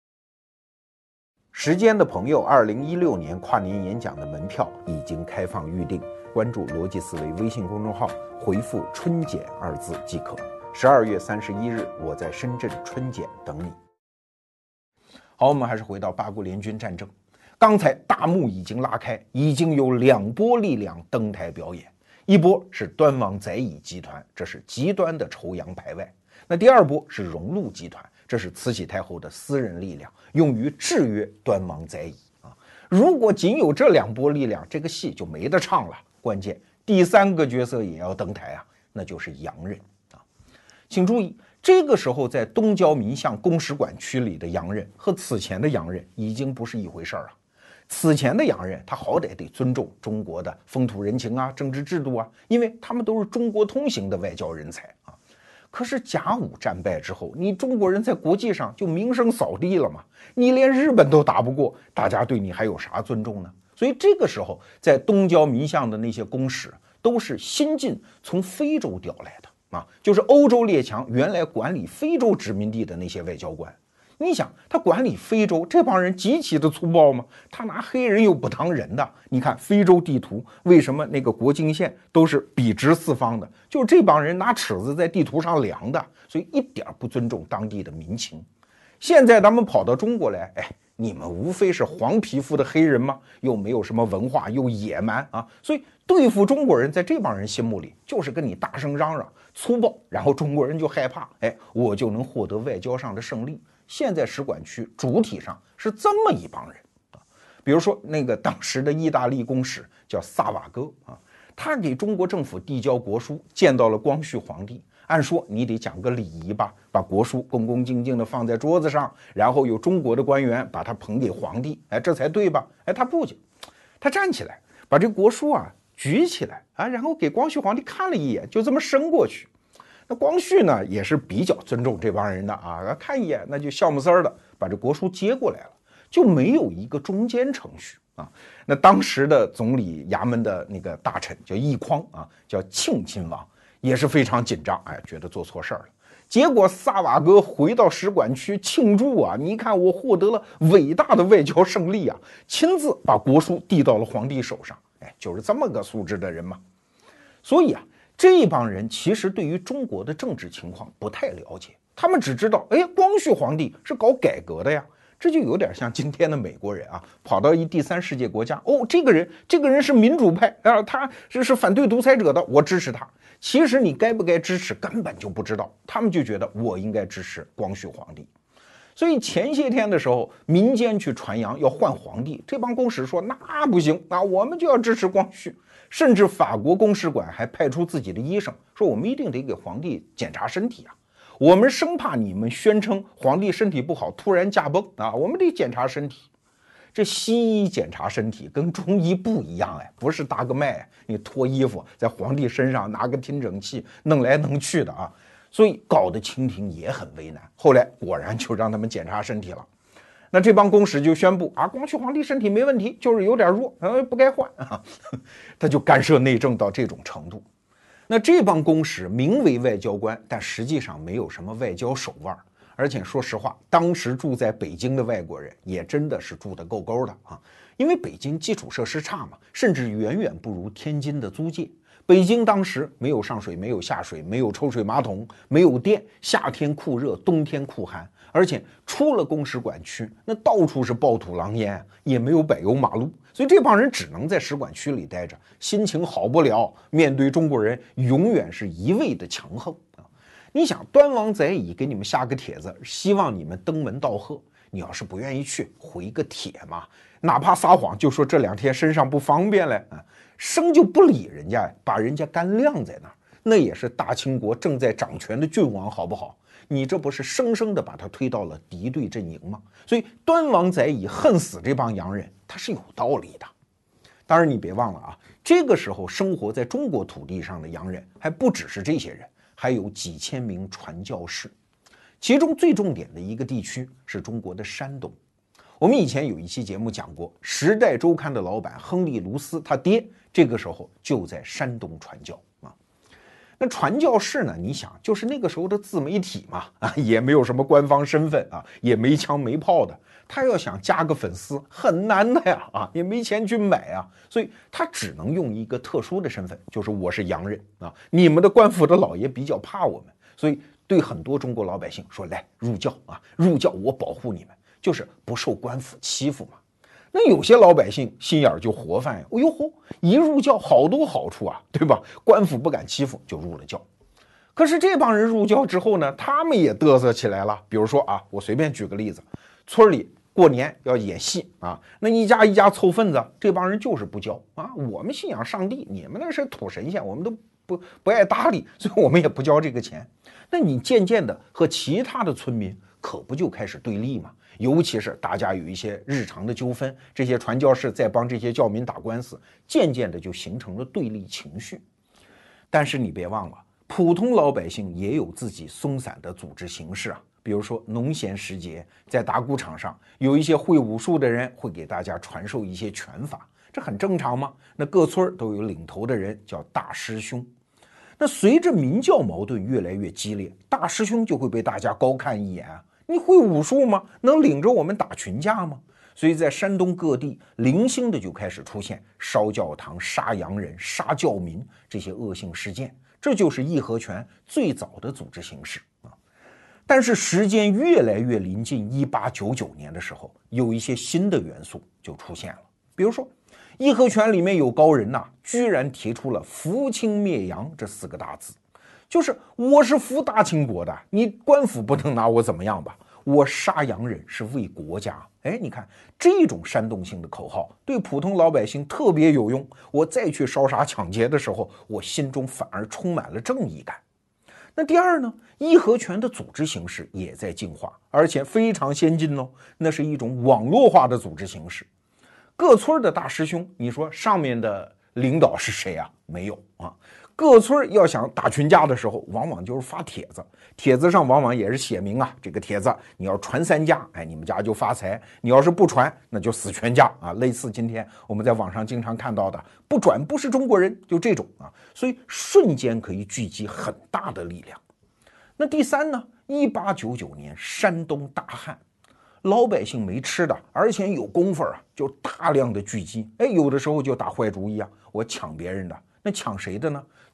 时间的朋友，二零一六年跨年演讲的门票已经开放预定，关注逻辑思维微信公众号，回复春检二字即可。十二月三十一日，我在深圳春检等你。好，我们还是回到八国联军战争。刚才大幕已经拉开，已经有两波力量登台表演，一波是端王载乙集团，这是极端的仇洋排外；那第二波是荣禄集团，这是慈禧太后的私人力量，用于制约端王载乙啊。如果仅有这两波力量，这个戏就没得唱了。关键第三个角色也要登台啊，那就是洋人啊。请注意，这个时候在东交民巷公使馆区里的洋人和此前的洋人已经不是一回事儿了。此前的洋人他好歹得尊重中国的风土人情啊、政治制度啊，因为他们都是中国通行的外交人才啊。可是甲午战败之后，你中国人在国际上就名声扫地了嘛，你连日本都打不过，大家对你还有啥尊重呢？所以这个时候在东交民巷的那些公使都是新晋从非洲调来的啊，就是欧洲列强原来管理非洲殖民地的那些外交官。你想他管理非洲，这帮人极其的粗暴吗？他拿黑人又不当人的。你看非洲地图为什么那个国境线都是笔直四方的，就是这帮人拿尺子在地图上量的，所以一点不尊重当地的民情。现在他们跑到中国来，哎，你们无非是黄皮肤的黑人吗？又没有什么文化，又野蛮啊，所以对付中国人在这帮人心目里就是跟你大声嚷嚷粗暴，然后中国人就害怕，哎，我就能获得外交上的胜利。现在使馆区主体上是这么一帮人啊，比如说那个当时的意大利公使叫萨瓦戈啊，他给中国政府递交国书，见到了光绪皇帝。按说你得讲个礼仪吧，把国书恭恭敬敬的放在桌子上，然后有中国的官员把它捧给皇帝，哎，这才对吧？哎，他不讲，他站起来把这国书啊举起来啊，然后给光绪皇帝看了一眼，就这么伸过去。那光绪呢也是比较尊重这帮人的啊，看一眼那就笑么丝儿的把这国书接过来了，就没有一个中间程序啊。那当时的总理衙门的那个大臣叫奕匡啊，叫庆亲王，也是非常紧张，哎，觉得做错事儿了。结果萨瓦戈回到使馆区庆祝啊，你看我获得了伟大的外交胜利啊，亲自把国书递到了皇帝手上，哎，就是这么个素质的人嘛。 所以啊，这帮人其实对于中国的政治情况不太了解，他们只知道，哎，光绪皇帝是搞改革的呀。这就有点像今天的美国人啊，跑到一第三世界国家，哦，这个人，这个人是民主派啊，他是是反对独裁者的，我支持他。其实你该不该支持根本就不知道，他们就觉得我应该支持光绪皇帝。所以前些天的时候，民间去传扬要换皇帝，这帮公使说那不行啊，我们就要支持光绪。甚至法国公使馆还派出自己的医生说，我们一定得给皇帝检查身体啊。我们生怕你们宣称皇帝身体不好突然驾崩啊，我们得检查身体。这西医检查身体跟中医不一样哎，不是搭个脉，你脱衣服在皇帝身上拿个听诊器弄来弄去的啊，所以搞得清廷也很为难。后来果然就让他们检查身体了。那这帮公使就宣布啊，光绪皇帝身体没问题，就是有点弱，呃，不该换啊，他就干涉内政到这种程度。那这帮公使名为外交官，但实际上没有什么外交手腕，而且说实话，当时住在北京的外国人也真的是住得够够的啊，因为北京基础设施差嘛，甚至远远不如天津的租界。北京当时没有上水，没有下水，没有抽水马桶，没有电，夏天酷热，冬天酷寒，而且出了公使馆区，那到处是暴土狼烟，也没有柏油马路，所以这帮人只能在使馆区里待着，心情好不了，面对中国人永远是一味的强横啊！你想，端王载乙给你们下个帖子，希望你们登门道贺，你要是不愿意去，回个帖嘛，哪怕撒谎就说这两天身上不方便嘞啊，生就不理人家，把人家干晾在那儿，那也是大清国正在掌权的郡王，好不好？你这不是生生的把他推到了敌对阵营吗？所以端王载乙恨死这帮洋人，他是有道理的。当然你别忘了啊，这个时候生活在中国土地上的洋人还不只是这些人，还有几千名传教士，其中最重点的一个地区是中国的山东。我们以前有一期节目讲过，《时代周刊》的老板亨利·卢斯他爹这个时候就在山东传教啊。那传教士呢，你想就是那个时候的自媒体嘛，啊，也没有什么官方身份啊，也没枪没炮的，他要想加个粉丝很难的呀，啊，也没钱去买啊，所以他只能用一个特殊的身份，就是我是洋人啊，你们的官府的老爷比较怕我们，所以对很多中国老百姓说，来入教啊，入教我保护你们，就是不受官府欺负嘛。那有些老百姓心眼就活泛呀，哎呦吼，一入教好多好处啊，对吧？官府不敢欺负，就入了教。可是这帮人入教之后呢，他们也嘚瑟起来了。比如说啊，我随便举个例子，村里过年要演戏啊，那一家一家凑份子，这帮人就是不交啊。我们信仰上帝，你们那是土神仙，我们都不不爱搭理，所以我们也不交这个钱。那你渐渐的和其他的村民可不就开始对立吗？尤其是大家有一些日常的纠纷，这些传教士在帮这些教民打官司，渐渐的就形成了对立情绪。但是你别忘了，普通老百姓也有自己松散的组织形式啊。比如说农闲时节，在打谷场上，有一些会武术的人会给大家传授一些拳法，这很正常嘛。那各村都有领头的人叫大师兄。那随着民教矛盾越来越激烈，大师兄就会被大家高看一眼啊。你会武术吗？能领着我们打群架吗？所以在山东各地零星的就开始出现烧教堂、杀洋人、杀教民这些恶性事件，这就是义和拳最早的组织形式啊。但是时间越来越临近一八九九年的时候，有一些新的元素就出现了，比如说义和拳里面有高人呐、啊，居然提出了扶清灭洋这四个大字。就是我是扶大清国的，你官府不能拿我怎么样吧？我杀洋人是为国家。哎，你看这种煽动性的口号对普通老百姓特别有用。我再去烧杀抢劫的时候，我心中反而充满了正义感。那第二呢，义和拳的组织形式也在进化，而且非常先进哦。那是一种网络化的组织形式。各村的大师兄，你说上面的领导是谁啊？没有啊。各村要想打群架的时候，往往就是发帖子，帖子上往往也是写明啊，这个帖子你要传三家，哎，你们家就发财；你要是不传，那就死全家啊。类似今天我们在网上经常看到的，不转不是中国人，就这种啊，所以瞬间可以聚集很大的力量。那第三呢，一八九九年山东大旱，老百姓没吃的，而且有功夫啊，就大量的聚集，哎，有的时候就打坏主意啊，我抢别人的，那抢谁的呢？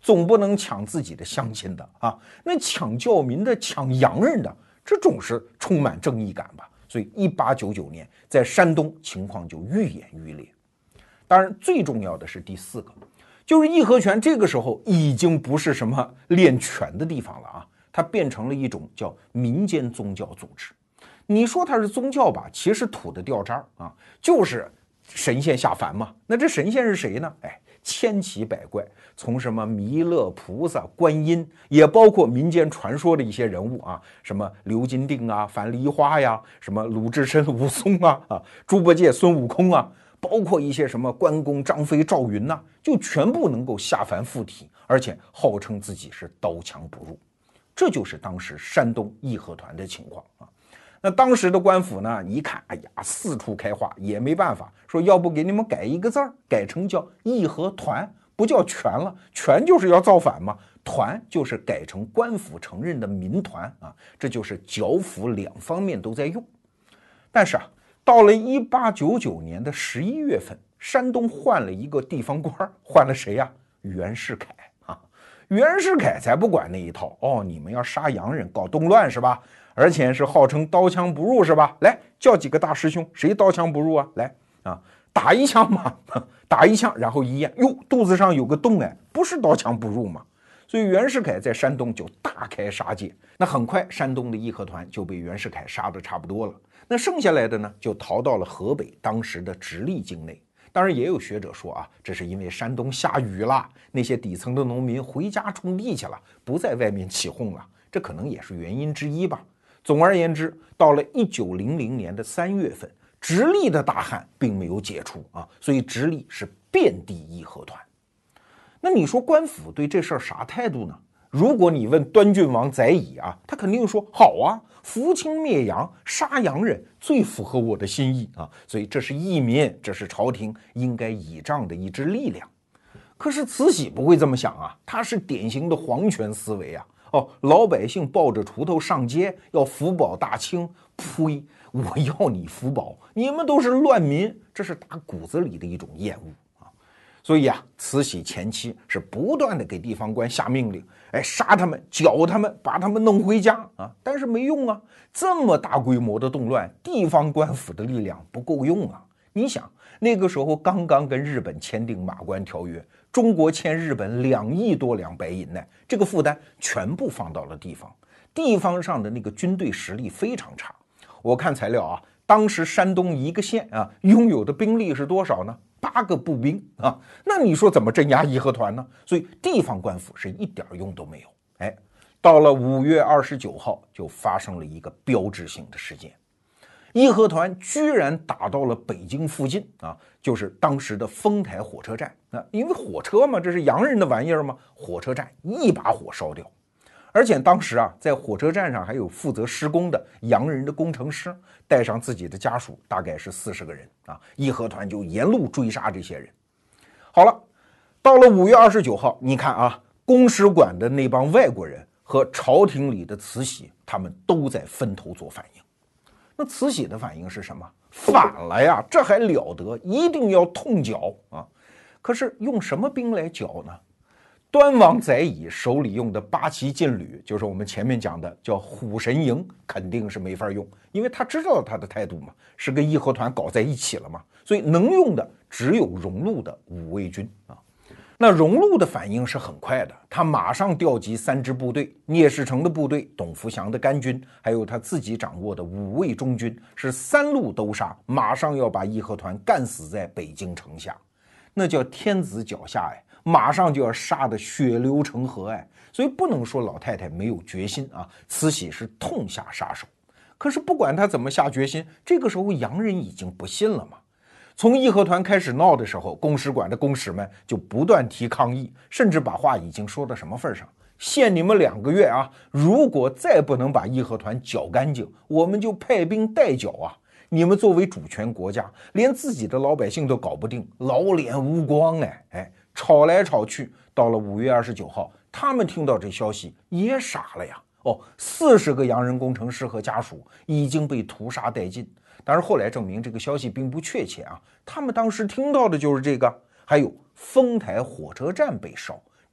总不能抢自己的乡亲的啊。那抢教民的、抢洋人的，这种是充满正义感吧？所以一八九九年在山东情况就愈演愈烈。当然，最重要的是第四个，就是义和拳这个时候已经不是什么练拳的地方了啊，它变成了一种叫民间宗教组织。你说它是宗教吧，其实土的掉渣啊，就是神仙下凡嘛。那这神仙是谁呢？哎，千奇百怪，从什么弥勒菩萨、观音，也包括民间传说的一些人物啊，什么刘金定啊、樊梨花呀，什么鲁智深、武松啊，啊，猪八戒、孙悟空啊，包括一些什么关公、张飞、赵云呐、啊，就全部能够下凡附体，而且号称自己是刀枪不入。这就是当时山东义和团的情况啊。那当时的官府呢，一看，哎呀，四处开花，也没办法，说要不给你们改一个字儿，改成叫义和团，不叫拳了，拳就是要造反嘛，团就是改成官府承认的民团啊，这就是剿抚两方面都在用。但是啊，到了一八九九年的十一月份，山东换了一个地方官，换了谁呀、啊？袁世凯啊，袁世凯才不管那一套哦，你们要杀洋人，搞动乱是吧？而且是号称刀枪不入是吧？来，叫几个大师兄，谁刀枪不入啊？来啊，打一枪嘛，打一枪，然后一验，哟，肚子上有个洞，哎，不是刀枪不入嘛。所以袁世凯在山东就大开杀戒。那很快，山东的义和团就被袁世凯杀得差不多了。那剩下来的呢，就逃到了河北当时的直隶境内。当然，也有学者说啊，这是因为山东下雨了，那些底层的农民回家种地去了，不在外面起哄了，这可能也是原因之一吧。总而言之，到了一九零零年的三月份，直隶的大旱并没有解除啊，所以直隶是遍地义和团。那你说官府对这事儿啥态度呢？如果你问端郡王载乙啊，他肯定说好啊，扶清灭洋，杀洋人最符合我的心意啊，所以这是义民，这是朝廷应该倚仗的一支力量。可是慈禧不会这么想啊，他是典型的皇权思维啊。哦，老百姓抱着锄头上街要扶保大清，呸！我要你扶保，你们都是乱民，这是打骨子里的一种厌恶啊。所以啊，慈禧前期是不断的给地方官下命令，哎，杀他们，剿他们，把他们弄回家啊。但是没用啊，这么大规模的动乱，地方官府的力量不够用啊。你想，那个时候刚刚跟日本签订马关条约，中国欠日本两亿多两白银呢，这个负担全部放到了地方，地方上的那个军队实力非常差。我看材料啊，当时山东一个县啊拥有的兵力是多少呢？八个步兵啊，那你说怎么镇压义和团呢？所以地方官府是一点用都没有。哎，到了五月二十九号，就发生了一个标志性的事件。义和团居然打到了北京附近啊，就是当时的丰台火车站。那因为火车嘛，这是洋人的玩意儿嘛，火车站一把火烧掉。而且当时啊，在火车站上还有负责施工的洋人的工程师，带上自己的家属，大概是四十个人啊。义和团就沿路追杀这些人。好了，到了五月二十九号，你看啊，公使馆的那帮外国人和朝廷里的慈禧，他们都在分头做反应。那慈禧的反应是什么？反了呀，这还了得，一定要痛剿啊！可是用什么兵来剿呢？端王载乙手里用的八旗劲旅，就是我们前面讲的叫虎神营，肯定是没法用，因为他知道他的态度嘛，是跟义和团搞在一起了嘛，所以能用的只有荣禄的五卫军啊。那荣禄的反应是很快的，他马上调集三支部队，聂士成的部队、董福祥的甘军，还有他自己掌握的五卫中军，是三路都杀，马上要把义和团干死在北京城下，那叫天子脚下哎，马上就要杀得血流成河哎，所以不能说老太太没有决心啊，慈禧是痛下杀手。可是不管他怎么下决心，这个时候洋人已经不信了嘛。从义和团开始闹的时候，公使馆的公使们就不断提抗议，甚至把话已经说到什么份上，限你们两个月啊，如果再不能把义和团剿干净，我们就派兵代剿啊！你们作为主权国家，连自己的老百姓都搞不定，老脸无光哎哎，吵来吵去，到了五月二十九号，他们听到这消息也傻了呀！哦，四十个洋人工程师和家属已经被屠杀殆尽。当然后来证明这个消息并不确切啊，他们当时听到的就是这个，还有丰台火车站被烧，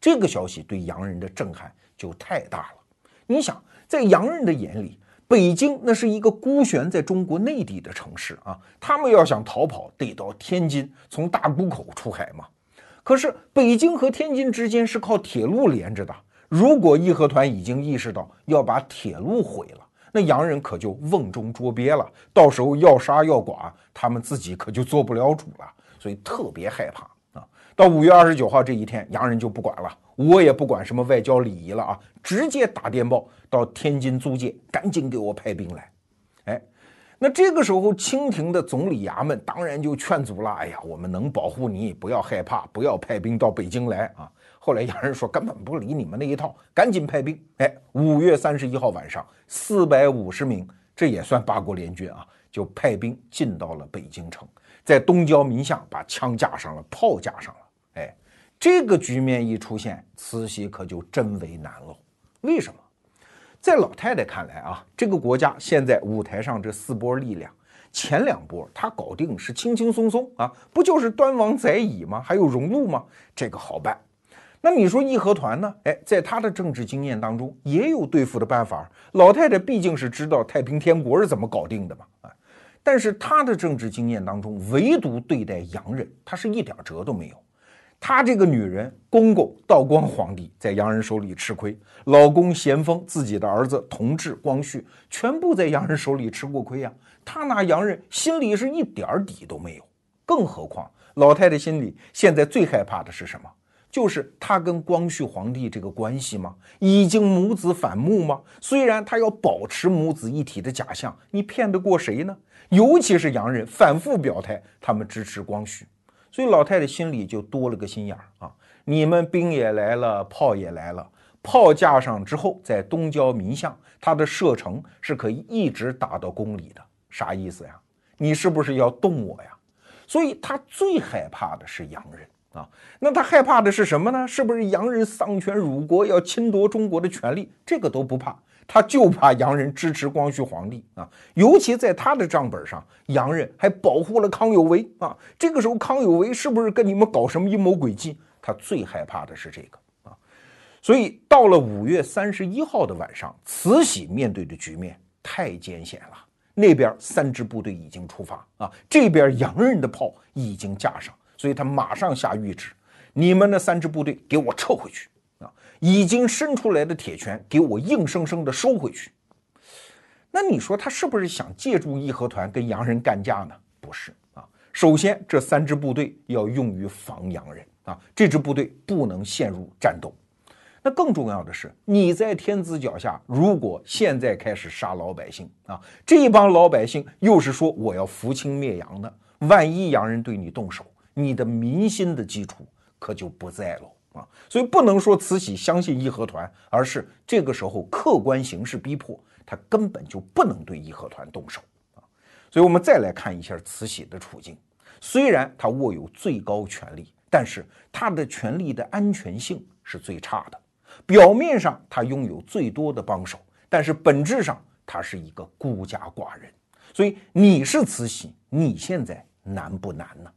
这个消息对洋人的震撼就太大了。你想，在洋人的眼里，北京那是一个孤悬在中国内地的城市啊，他们要想逃跑，得到天津，从大沽口出海嘛。可是北京和天津之间是靠铁路连着的，如果义和团已经意识到要把铁路毁了，那洋人可就瓮中捉鳖了，到时候要杀要剐，他们自己可就做不了主了，所以特别害怕啊。到五月二十九号这一天，洋人就不管了，我也不管什么外交礼仪了啊，直接打电报到天津租界，赶紧给我派兵来。哎，那这个时候清廷的总理衙门当然就劝阻了，哎呀，我们能保护你，不要害怕，不要派兵到北京来啊。后来洋人说根本不理你们那一套，赶紧派兵。哎，五月三十一号晚上，四百五十名，这也算八国联军啊，就派兵进到了北京城，在东郊民巷把枪架上了，炮架上了。哎，这个局面一出现，慈禧可就真为难了。为什么？在老太太看来啊，这个国家现在舞台上这四波力量，前两波她搞定是轻轻松松啊，不就是端王载乙吗？还有荣禄吗？这个好办。那你说义和团呢？哎，在他的政治经验当中也有对付的办法。老太太毕竟是知道太平天国是怎么搞定的嘛，啊，但是他的政治经验当中，唯独对待洋人，他是一点辙都没有。他这个女人公公道光皇帝在洋人手里吃亏，老公咸丰自己的儿子同治、光绪全部在洋人手里吃过亏呀、啊。他拿洋人心里是一点底都没有。更何况老太太心里现在最害怕的是什么？就是他跟光绪皇帝这个关系吗？已经母子反目吗？虽然他要保持母子一体的假象，你骗得过谁呢？尤其是洋人反复表态他们支持光绪，所以老太太心里就多了个心眼啊！你们兵也来了，炮也来了，炮架上之后，在东郊民巷，它的射程是可以一直打到宫里的。啥意思呀？你是不是要动我呀？所以他最害怕的是洋人啊。那他害怕的是什么呢？是不是洋人丧权辱国，要侵夺中国的权利？这个都不怕，他就怕洋人支持光绪皇帝啊。尤其在他的账本上，洋人还保护了康有为啊。这个时候康有为是不是跟你们搞什么阴谋诡计？他最害怕的是这个啊。所以到了五月三十一号的晚上，慈禧面对的局面太艰险了。那边三支部队已经出发啊，这边洋人的炮已经架上，所以他马上下谕旨，你们的三支部队给我撤回去啊！已经伸出来的铁拳给我硬生生的收回去。那你说他是不是想借助义和团跟洋人干架呢？不是啊。首先，这三支部队要用于防洋人啊，这支部队不能陷入战斗。那更重要的是，你在天子脚下，如果现在开始杀老百姓啊，这帮老百姓又是说我要扶清灭洋的，万一洋人对你动手，你的民心的基础可就不在了啊。所以不能说慈禧相信义和团，而是这个时候客观形势逼迫，他根本就不能对义和团动手啊。所以我们再来看一下慈禧的处境，虽然他握有最高权力，但是他的权力的安全性是最差的。表面上他拥有最多的帮手，但是本质上他是一个孤家寡人。所以你是慈禧，你现在难不难呢？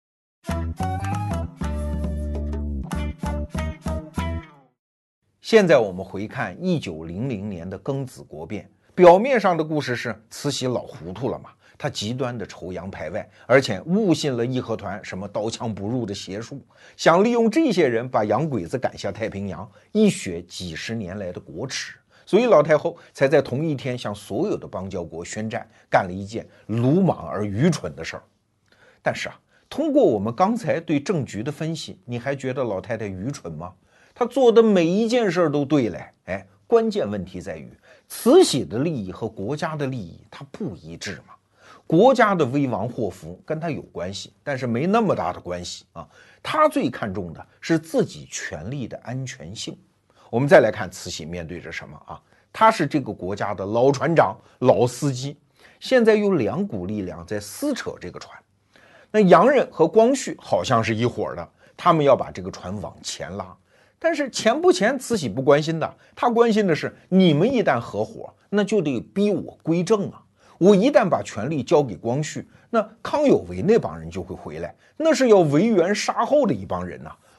现在我们回看一九零零年的庚子国变，表面上的故事是慈禧老糊涂了嘛，他极端的仇洋排外，而且误信了义和团什么刀枪不入的邪术，想利用这些人把洋鬼子赶下太平洋，一雪几十年来的国耻。所以老太后才在同一天向所有的邦交国宣战，干了一件鲁莽而愚蠢的事儿。但是啊，通过我们刚才对政局的分析，你还觉得老太太愚蠢吗？她做的每一件事都对嘞。哎，关键问题在于慈禧的利益和国家的利益它不一致嘛。国家的危亡祸福跟他有关系，但是没那么大的关系啊。他最看重的是自己权力的安全性。我们再来看慈禧面对着什么啊？他是这个国家的老船长、老司机，现在有两股力量在撕扯这个船。那洋人和光绪好像是一伙的，他们要把这个船往前拉。但是钱不钱，慈禧不关心的，他关心的是你们一旦合伙，那就得逼我归正啊。我一旦把权力交给光绪，那康有为那帮人就会回来，那是要为援杀后的一帮人呐、啊。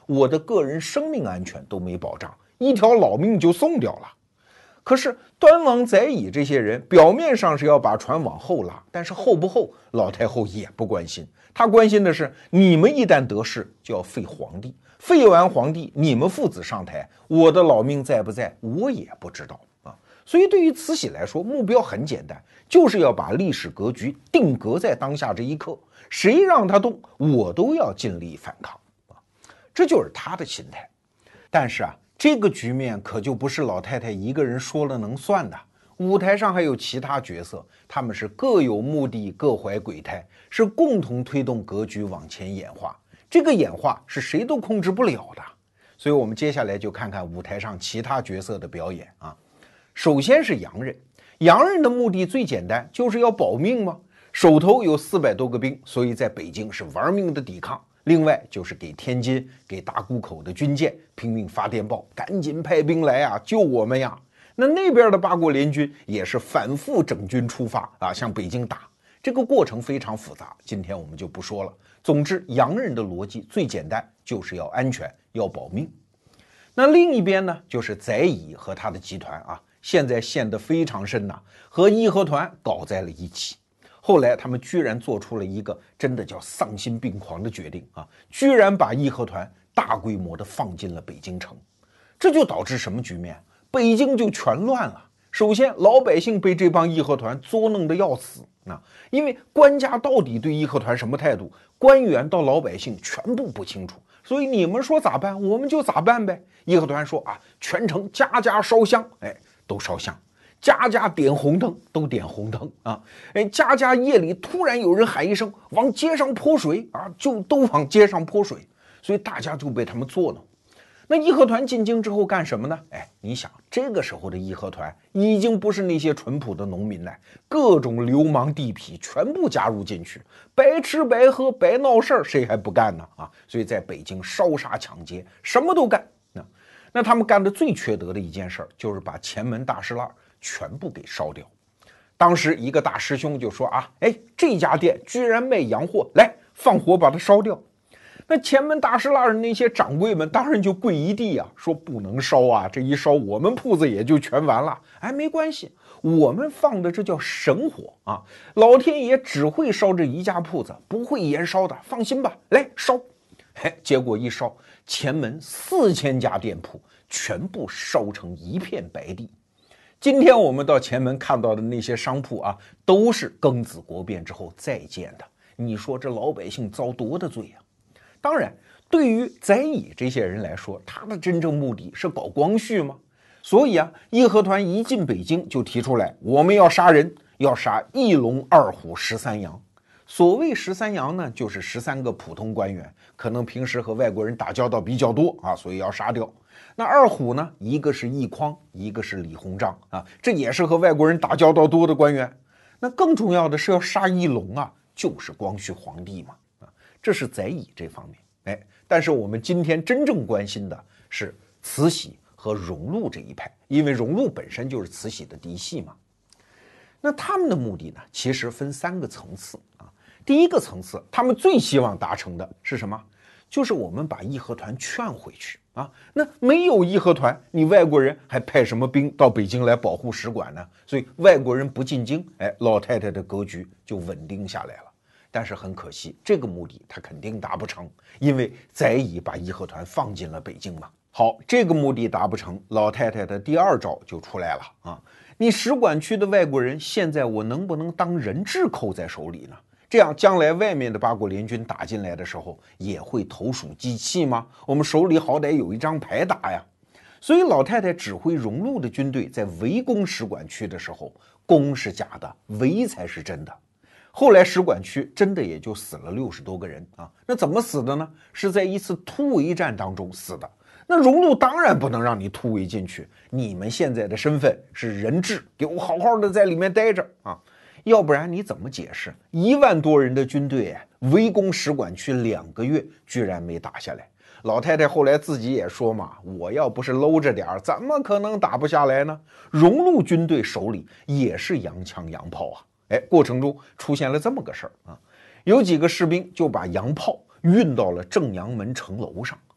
我的个人生命安全都没保障，一条老命就送掉了。可是端王、载乙这些人表面上是要把船往后拉，但是后不后，老太后也不关心。他关心的是，你们一旦得势，就要废皇帝，废完皇帝，你们父子上台，我的老命在不在，我也不知道啊。所以对于慈禧来说，目标很简单，就是要把历史格局定格在当下这一刻，谁让他动，我都要尽力反抗啊，这就是他的心态。但是啊，这个局面可就不是老太太一个人说了能算的。舞台上还有其他角色，他们是各有目的，各怀鬼胎，是共同推动格局往前演化。这个演化是谁都控制不了的。所以我们接下来就看看舞台上其他角色的表演啊。首先是洋人，洋人的目的最简单，就是要保命嘛。手头有四百多个兵，所以在北京是玩命的抵抗。另外就是给天津、给大沽口的军舰拼命发电报，赶紧派兵来啊，救我们呀！那那边的八国联军也是反复整军出发啊，向北京打。这个过程非常复杂，今天我们就不说了。总之，洋人的逻辑最简单，就是要安全，要保命。那另一边呢，就是载乙和他的集团啊，现在陷得非常深呐、啊，和义和团搞在了一起。后来他们居然做出了一个真的叫丧心病狂的决定啊，居然把义和团大规模的放进了北京城。这就导致什么局面？北京就全乱了。首先，老百姓被这帮义和团作弄得要死啊，因为官家到底对义和团什么态度，官员到老百姓全部不清楚，所以你们说咋办，我们就咋办呗。义和团说啊，全城家家烧香，哎，都烧香。家家点红灯，都点红灯啊！哎，家家夜里突然有人喊一声“往街上泼水”啊，就都往街上泼水，所以大家就被他们作弄。那义和团进京之后干什么呢？哎，你想，这个时候的义和团已经不是那些淳朴的农民了，各种流氓地痞全部加入进去，白吃白喝白闹事儿，谁还不干呢？啊，所以在北京烧杀抢劫，什么都干。那那他们干的最缺德的一件事儿，就是把前门大石栏全部给烧掉。当时一个大师兄就说啊，哎，这家店居然卖洋货，来放火把它烧掉。那前门大石栏那些掌柜们当然就跪一地啊，说不能烧啊，这一烧我们铺子也就全完了。哎，没关系，我们放的这叫神火啊，老天爷只会烧这一家铺子，不会延烧的，放心吧，来烧。嘿，结果一烧，前门四千家店铺全部烧成一片白地。今天我们到前门看到的那些商铺啊，都是庚子国变之后再建的。你说这老百姓遭多大罪啊？当然，对于载乙这些人来说，他的真正目的是搞光绪吗？所以啊，义和团一进北京就提出来，我们要杀人，要杀一龙二虎十三羊。所谓十三羊呢，就是十三个普通官员，可能平时和外国人打交道比较多啊，所以要杀掉。那二虎呢，一个是奕匡，一个是李鸿章啊，这也是和外国人打交道多的官员。那更重要的是要杀一龙啊，就是光绪皇帝嘛啊，这是载乙这方面。哎，但是我们今天真正关心的是慈禧和荣禄这一派，因为荣禄本身就是慈禧的嫡系嘛。那他们的目的呢，其实分三个层次啊。第一个层次，他们最希望达成的是什么？就是我们把义和团劝回去啊。那没有义和团，你外国人还派什么兵到北京来保护使馆呢？所以外国人不进京，哎，老太太的格局就稳定下来了。但是很可惜，这个目的他肯定达不成，因为载乙把义和团放进了北京嘛。好，这个目的达不成，老太太的第二招就出来了啊！你使馆区的外国人，现在我能不能当人质扣在手里呢？这样将来外面的八国联军打进来的时候，也会投鼠忌器吗？我们手里好歹有一张牌打呀。所以老太太指挥荣禄的军队在围攻使馆区的时候，攻是假的，围才是真的。后来使馆区真的也就死了六十多个人啊，那怎么死的呢？是在一次突围战当中死的。那荣禄当然不能让你突围进去，你们现在的身份是人质，给我好好的在里面待着啊，要不然你怎么解释一万多人的军队围攻使馆区两个月居然没打下来？老太太后来自己也说嘛，我要不是搂着点儿，怎么可能打不下来呢？荣禄军队手里也是洋枪洋炮啊。哎，过程中出现了这么个事儿啊，有几个士兵就把洋炮运到了正阳门城楼上，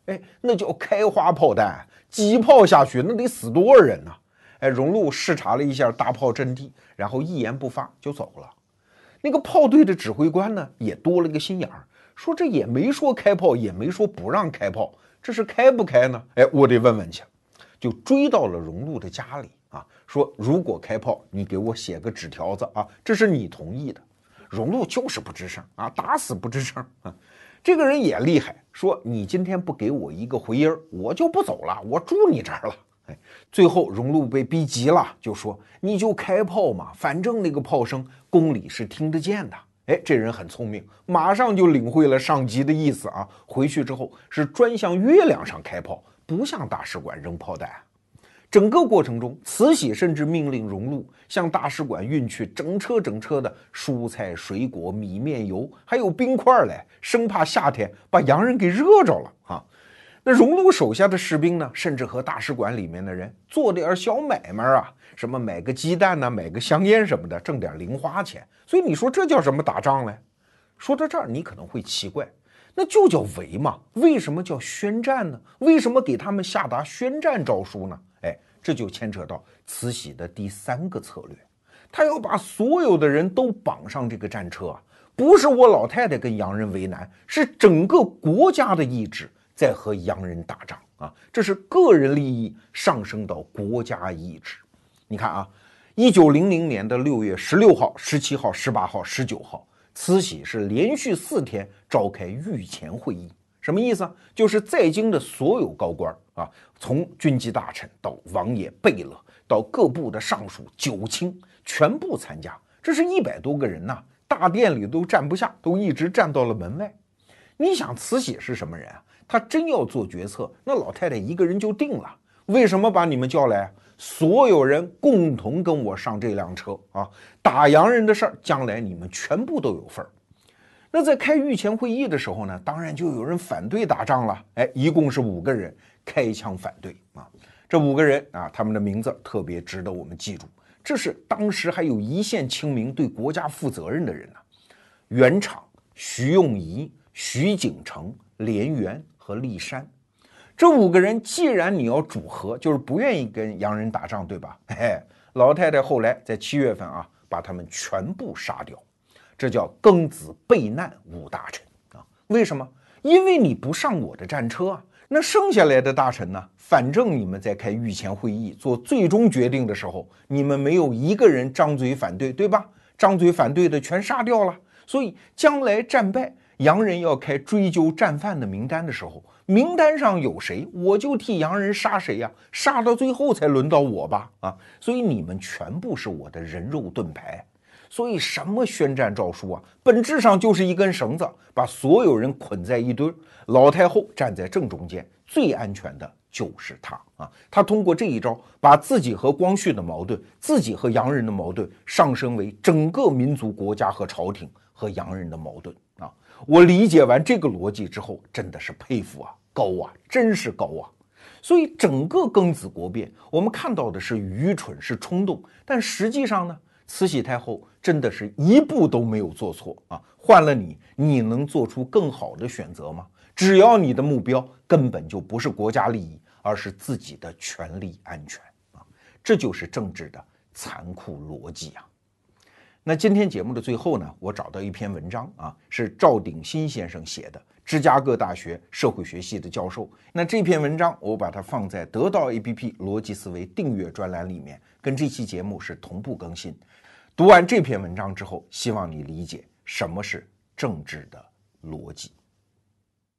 哎，那叫开花炮弹，几炮下去那得死多少人呢？哎，荣禄视察了一下大炮阵地，然后一言不发就走了。那个炮队的指挥官呢，也多了个心眼儿，说这也没说开炮，也没说不让开炮，这是开不开呢？哎，我得问问去。就追到了荣禄的家里啊，说如果开炮，你给我写个纸条子啊，这是你同意的。荣禄就是不吱声啊，打死不吱声啊。这个人也厉害，说你今天不给我一个回音，我就不走了，我住你这儿了。哎，最后荣禄被逼急了，就说你就开炮嘛，反正那个炮声宫里是听得见的。哎，这人很聪明，马上就领会了上级的意思啊。回去之后是专向月亮上开炮，不向大使馆扔炮弹。整个过程中，慈禧甚至命令荣禄向大使馆运去整车整车的蔬菜、水果、米面油，还有冰块来，生怕夏天把洋人给热着了啊。那荣禄手下的士兵呢，甚至和大使馆里面的人做点小买卖啊，什么买个鸡蛋呢，买个香烟什么的，挣点零花钱。所以你说这叫什么打仗嘞？说到这儿，你可能会奇怪，那就叫围嘛，为什么叫宣战呢？为什么给他们下达宣战诏书呢？哎，这就牵扯到慈禧的第三个策略，他要把所有的人都绑上这个战车啊，不是我老太太跟洋人为难，是整个国家的意志在和洋人打仗啊，这是个人利益上升到国家意志。你看啊，一九零零年的六月十六号、十七号、十八号、十九号，慈禧是连续四天召开御前会议。什么意思啊？就是在京的所有高官啊，从军机大臣到王爷贝勒，到各部的尚书、九卿，全部参加。这是一百多个人呐、啊，大殿里都站不下，都一直站到了门外。你想慈禧是什么人啊？她真要做决策，那老太太一个人就定了。为什么把你们叫来？所有人共同跟我上这辆车啊！打洋人的事儿，将来你们全部都有份儿。那在开御前会议的时候呢，当然就有人反对打仗了。哎，一共是五个人开枪反对啊。这五个人啊，他们的名字特别值得我们记住，这是当时还有一线清明、对国家负责任的人呢、啊：袁敞、徐用仪、徐景成、连元和骊山。这五个人，既然你要主和，就是不愿意跟洋人打仗，对吧？嘿，老太太后来在七月份啊，把他们全部杀掉。这叫庚子备难五大臣啊！为什么？因为你不上我的战车啊！那剩下来的大臣呢？反正你们在开御前会议做最终决定的时候，你们没有一个人张嘴反对，对吧？张嘴反对的全杀掉了。所以将来战败，洋人要开追究战犯的名单的时候，名单上有谁，我就替洋人杀谁呀、啊！杀到最后才轮到我吧！啊！所以你们全部是我的人肉盾牌。所以什么宣战诏书啊，本质上就是一根绳子，把所有人捆在一堆。老太后站在正中间，最安全的就是她啊！她通过这一招，把自己和光绪的矛盾，自己和洋人的矛盾，上升为整个民族国家和朝廷和洋人的矛盾啊！我理解完这个逻辑之后，真的是佩服啊，高啊，真是高啊！所以整个庚子国变，我们看到的是愚蠢，是冲动，但实际上呢？慈禧太后真的是一步都没有做错啊！换了你，你能做出更好的选择吗？只要你的目标根本就不是国家利益，而是自己的权利安全啊！这就是政治的残酷逻辑啊！那今天节目的最后呢，我找到一篇文章啊，是赵鼎新先生写的，芝加哥大学社会学系的教授。那这篇文章我把它放在得到 A P P 逻辑思维订阅专栏里面，跟这期节目是同步更新。读完这篇文章之后，希望你理解什么是政治的逻辑。